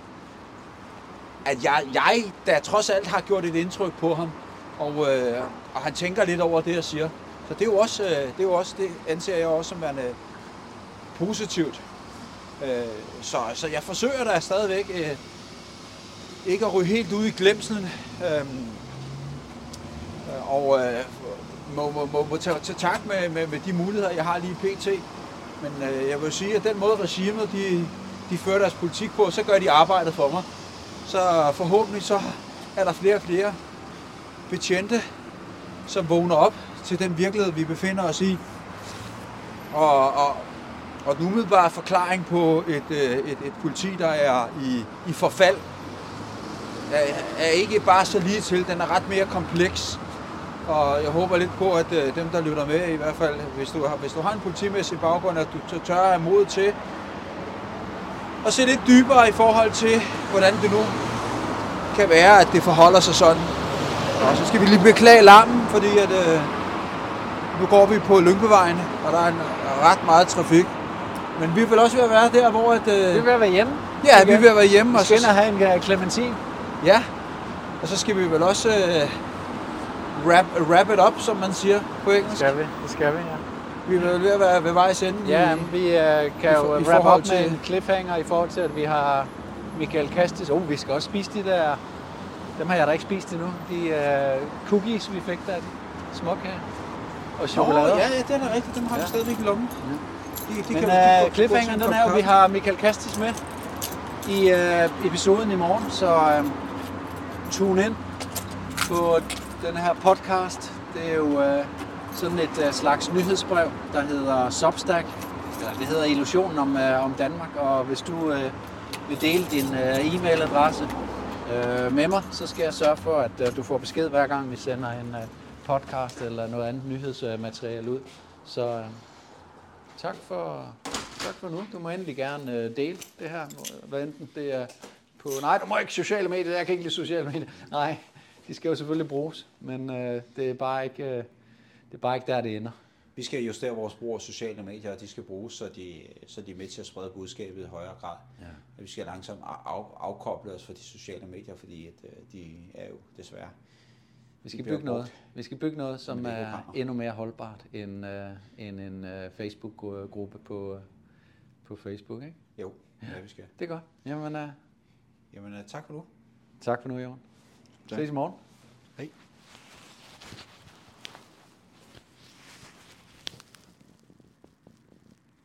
at jeg, jeg da trods alt har gjort et indtryk på ham, og, øh, og han tænker lidt over det, jeg siger. Så det er jo også, øh, det, er jo også, det anser jeg også som værende positivt. Øh, så, så jeg forsøger da stadigvæk øh, ikke at ryge helt ud i glemslen, øh, og øh, må, må, må, må tage til takt med, med, med de muligheder, jeg har lige pt. Men øh, jeg vil sige, at den måde regimet, de, de fører deres politik på, så gør de arbejdet for mig. Så forhåbentlig så er der flere og flere betjente, som vågner op til den virkelighed, vi befinder os i. Og, og, og den umiddelbare forklaring på et, et, et politi, der er i, i forfald, er, er ikke bare så lige til. Den er ret mere kompleks. Og jeg håber lidt på, at dem, der lytter med, i hvert fald, hvis du har, hvis du har en politimæssig baggrund, at du tør have mod til at se lidt dybere i forhold til, hvordan det nu kan være, at det forholder sig sådan. Og så skal vi lige beklage larmen, fordi at, øh, nu går vi på Lyngbyvejen, og der er en, ret meget trafik. Men vi vil også ved at være der, hvor... At, øh, vi vil være hjemme. Ja, vi vil være hjemme. Vi skal ind og have en clementin. Ja, og så skal vi vel også øh, wrap, wrap it up, som man siger på engelsk. Skal vi, det skal vi, ja. Vi er ved at være ved vejs ende. Ja, i, vi øh, kan jo i wrap op til med en cliffhanger i forhold til, at vi har Michael Kastis. Oh, vi skal også spise de der... Dem har jeg da ikke spist endnu. De uh, cookies, vi fik der. Småkager og chokolade. Oh, ja, ja, det er da rigtigt. Dem har vi ja. stadigvæk i lommen. Ja. De, de Men kan, uh, cliffhangeren, den er jo, vi har Michael Kastis med i uh, episoden i morgen, så uh, tune ind på den her podcast. Det er jo uh, sådan et uh, slags nyhedsbrev, der hedder Substack. Eller det hedder Illusionen om, uh, om Danmark, og hvis du uh, vil dele din uh, e-mailadresse uh, med mig, så skal jeg sørge for, at uh, du får besked hver gang vi sender en uh, podcast eller noget andet nyhedsmateriale ud. Så uh, tak for, tak for nu. Du må endelig gerne uh, dele det her, hvad enten det er på... Nej, du må ikke sociale medier, jeg kan ikke lide sociale medier. Nej, de skal jo selvfølgelig bruges, men uh, det er bare ikke, uh, det er bare ikke der, det ender. Vi skal justere vores brug af sociale medier, og de skal bruges, så de, så de er med til at sprede budskabet i højere grad. Ja. Vi skal langsomt af, afkoble os fra de sociale medier, fordi at, de er jo desværre Vi skal De bliver bygge noget. brugt. Vi skal bygge noget, som Som er Lego-programmer. endnu mere holdbart end, øh, end en øh, Facebook-gruppe på, øh, på Facebook, ikke? Jo, ja, vi skal. Det er godt. Jamen, øh, Jamen, øh, tak for nu. tak for nu, Jørgen. Tak. Ses i morgen. Hej.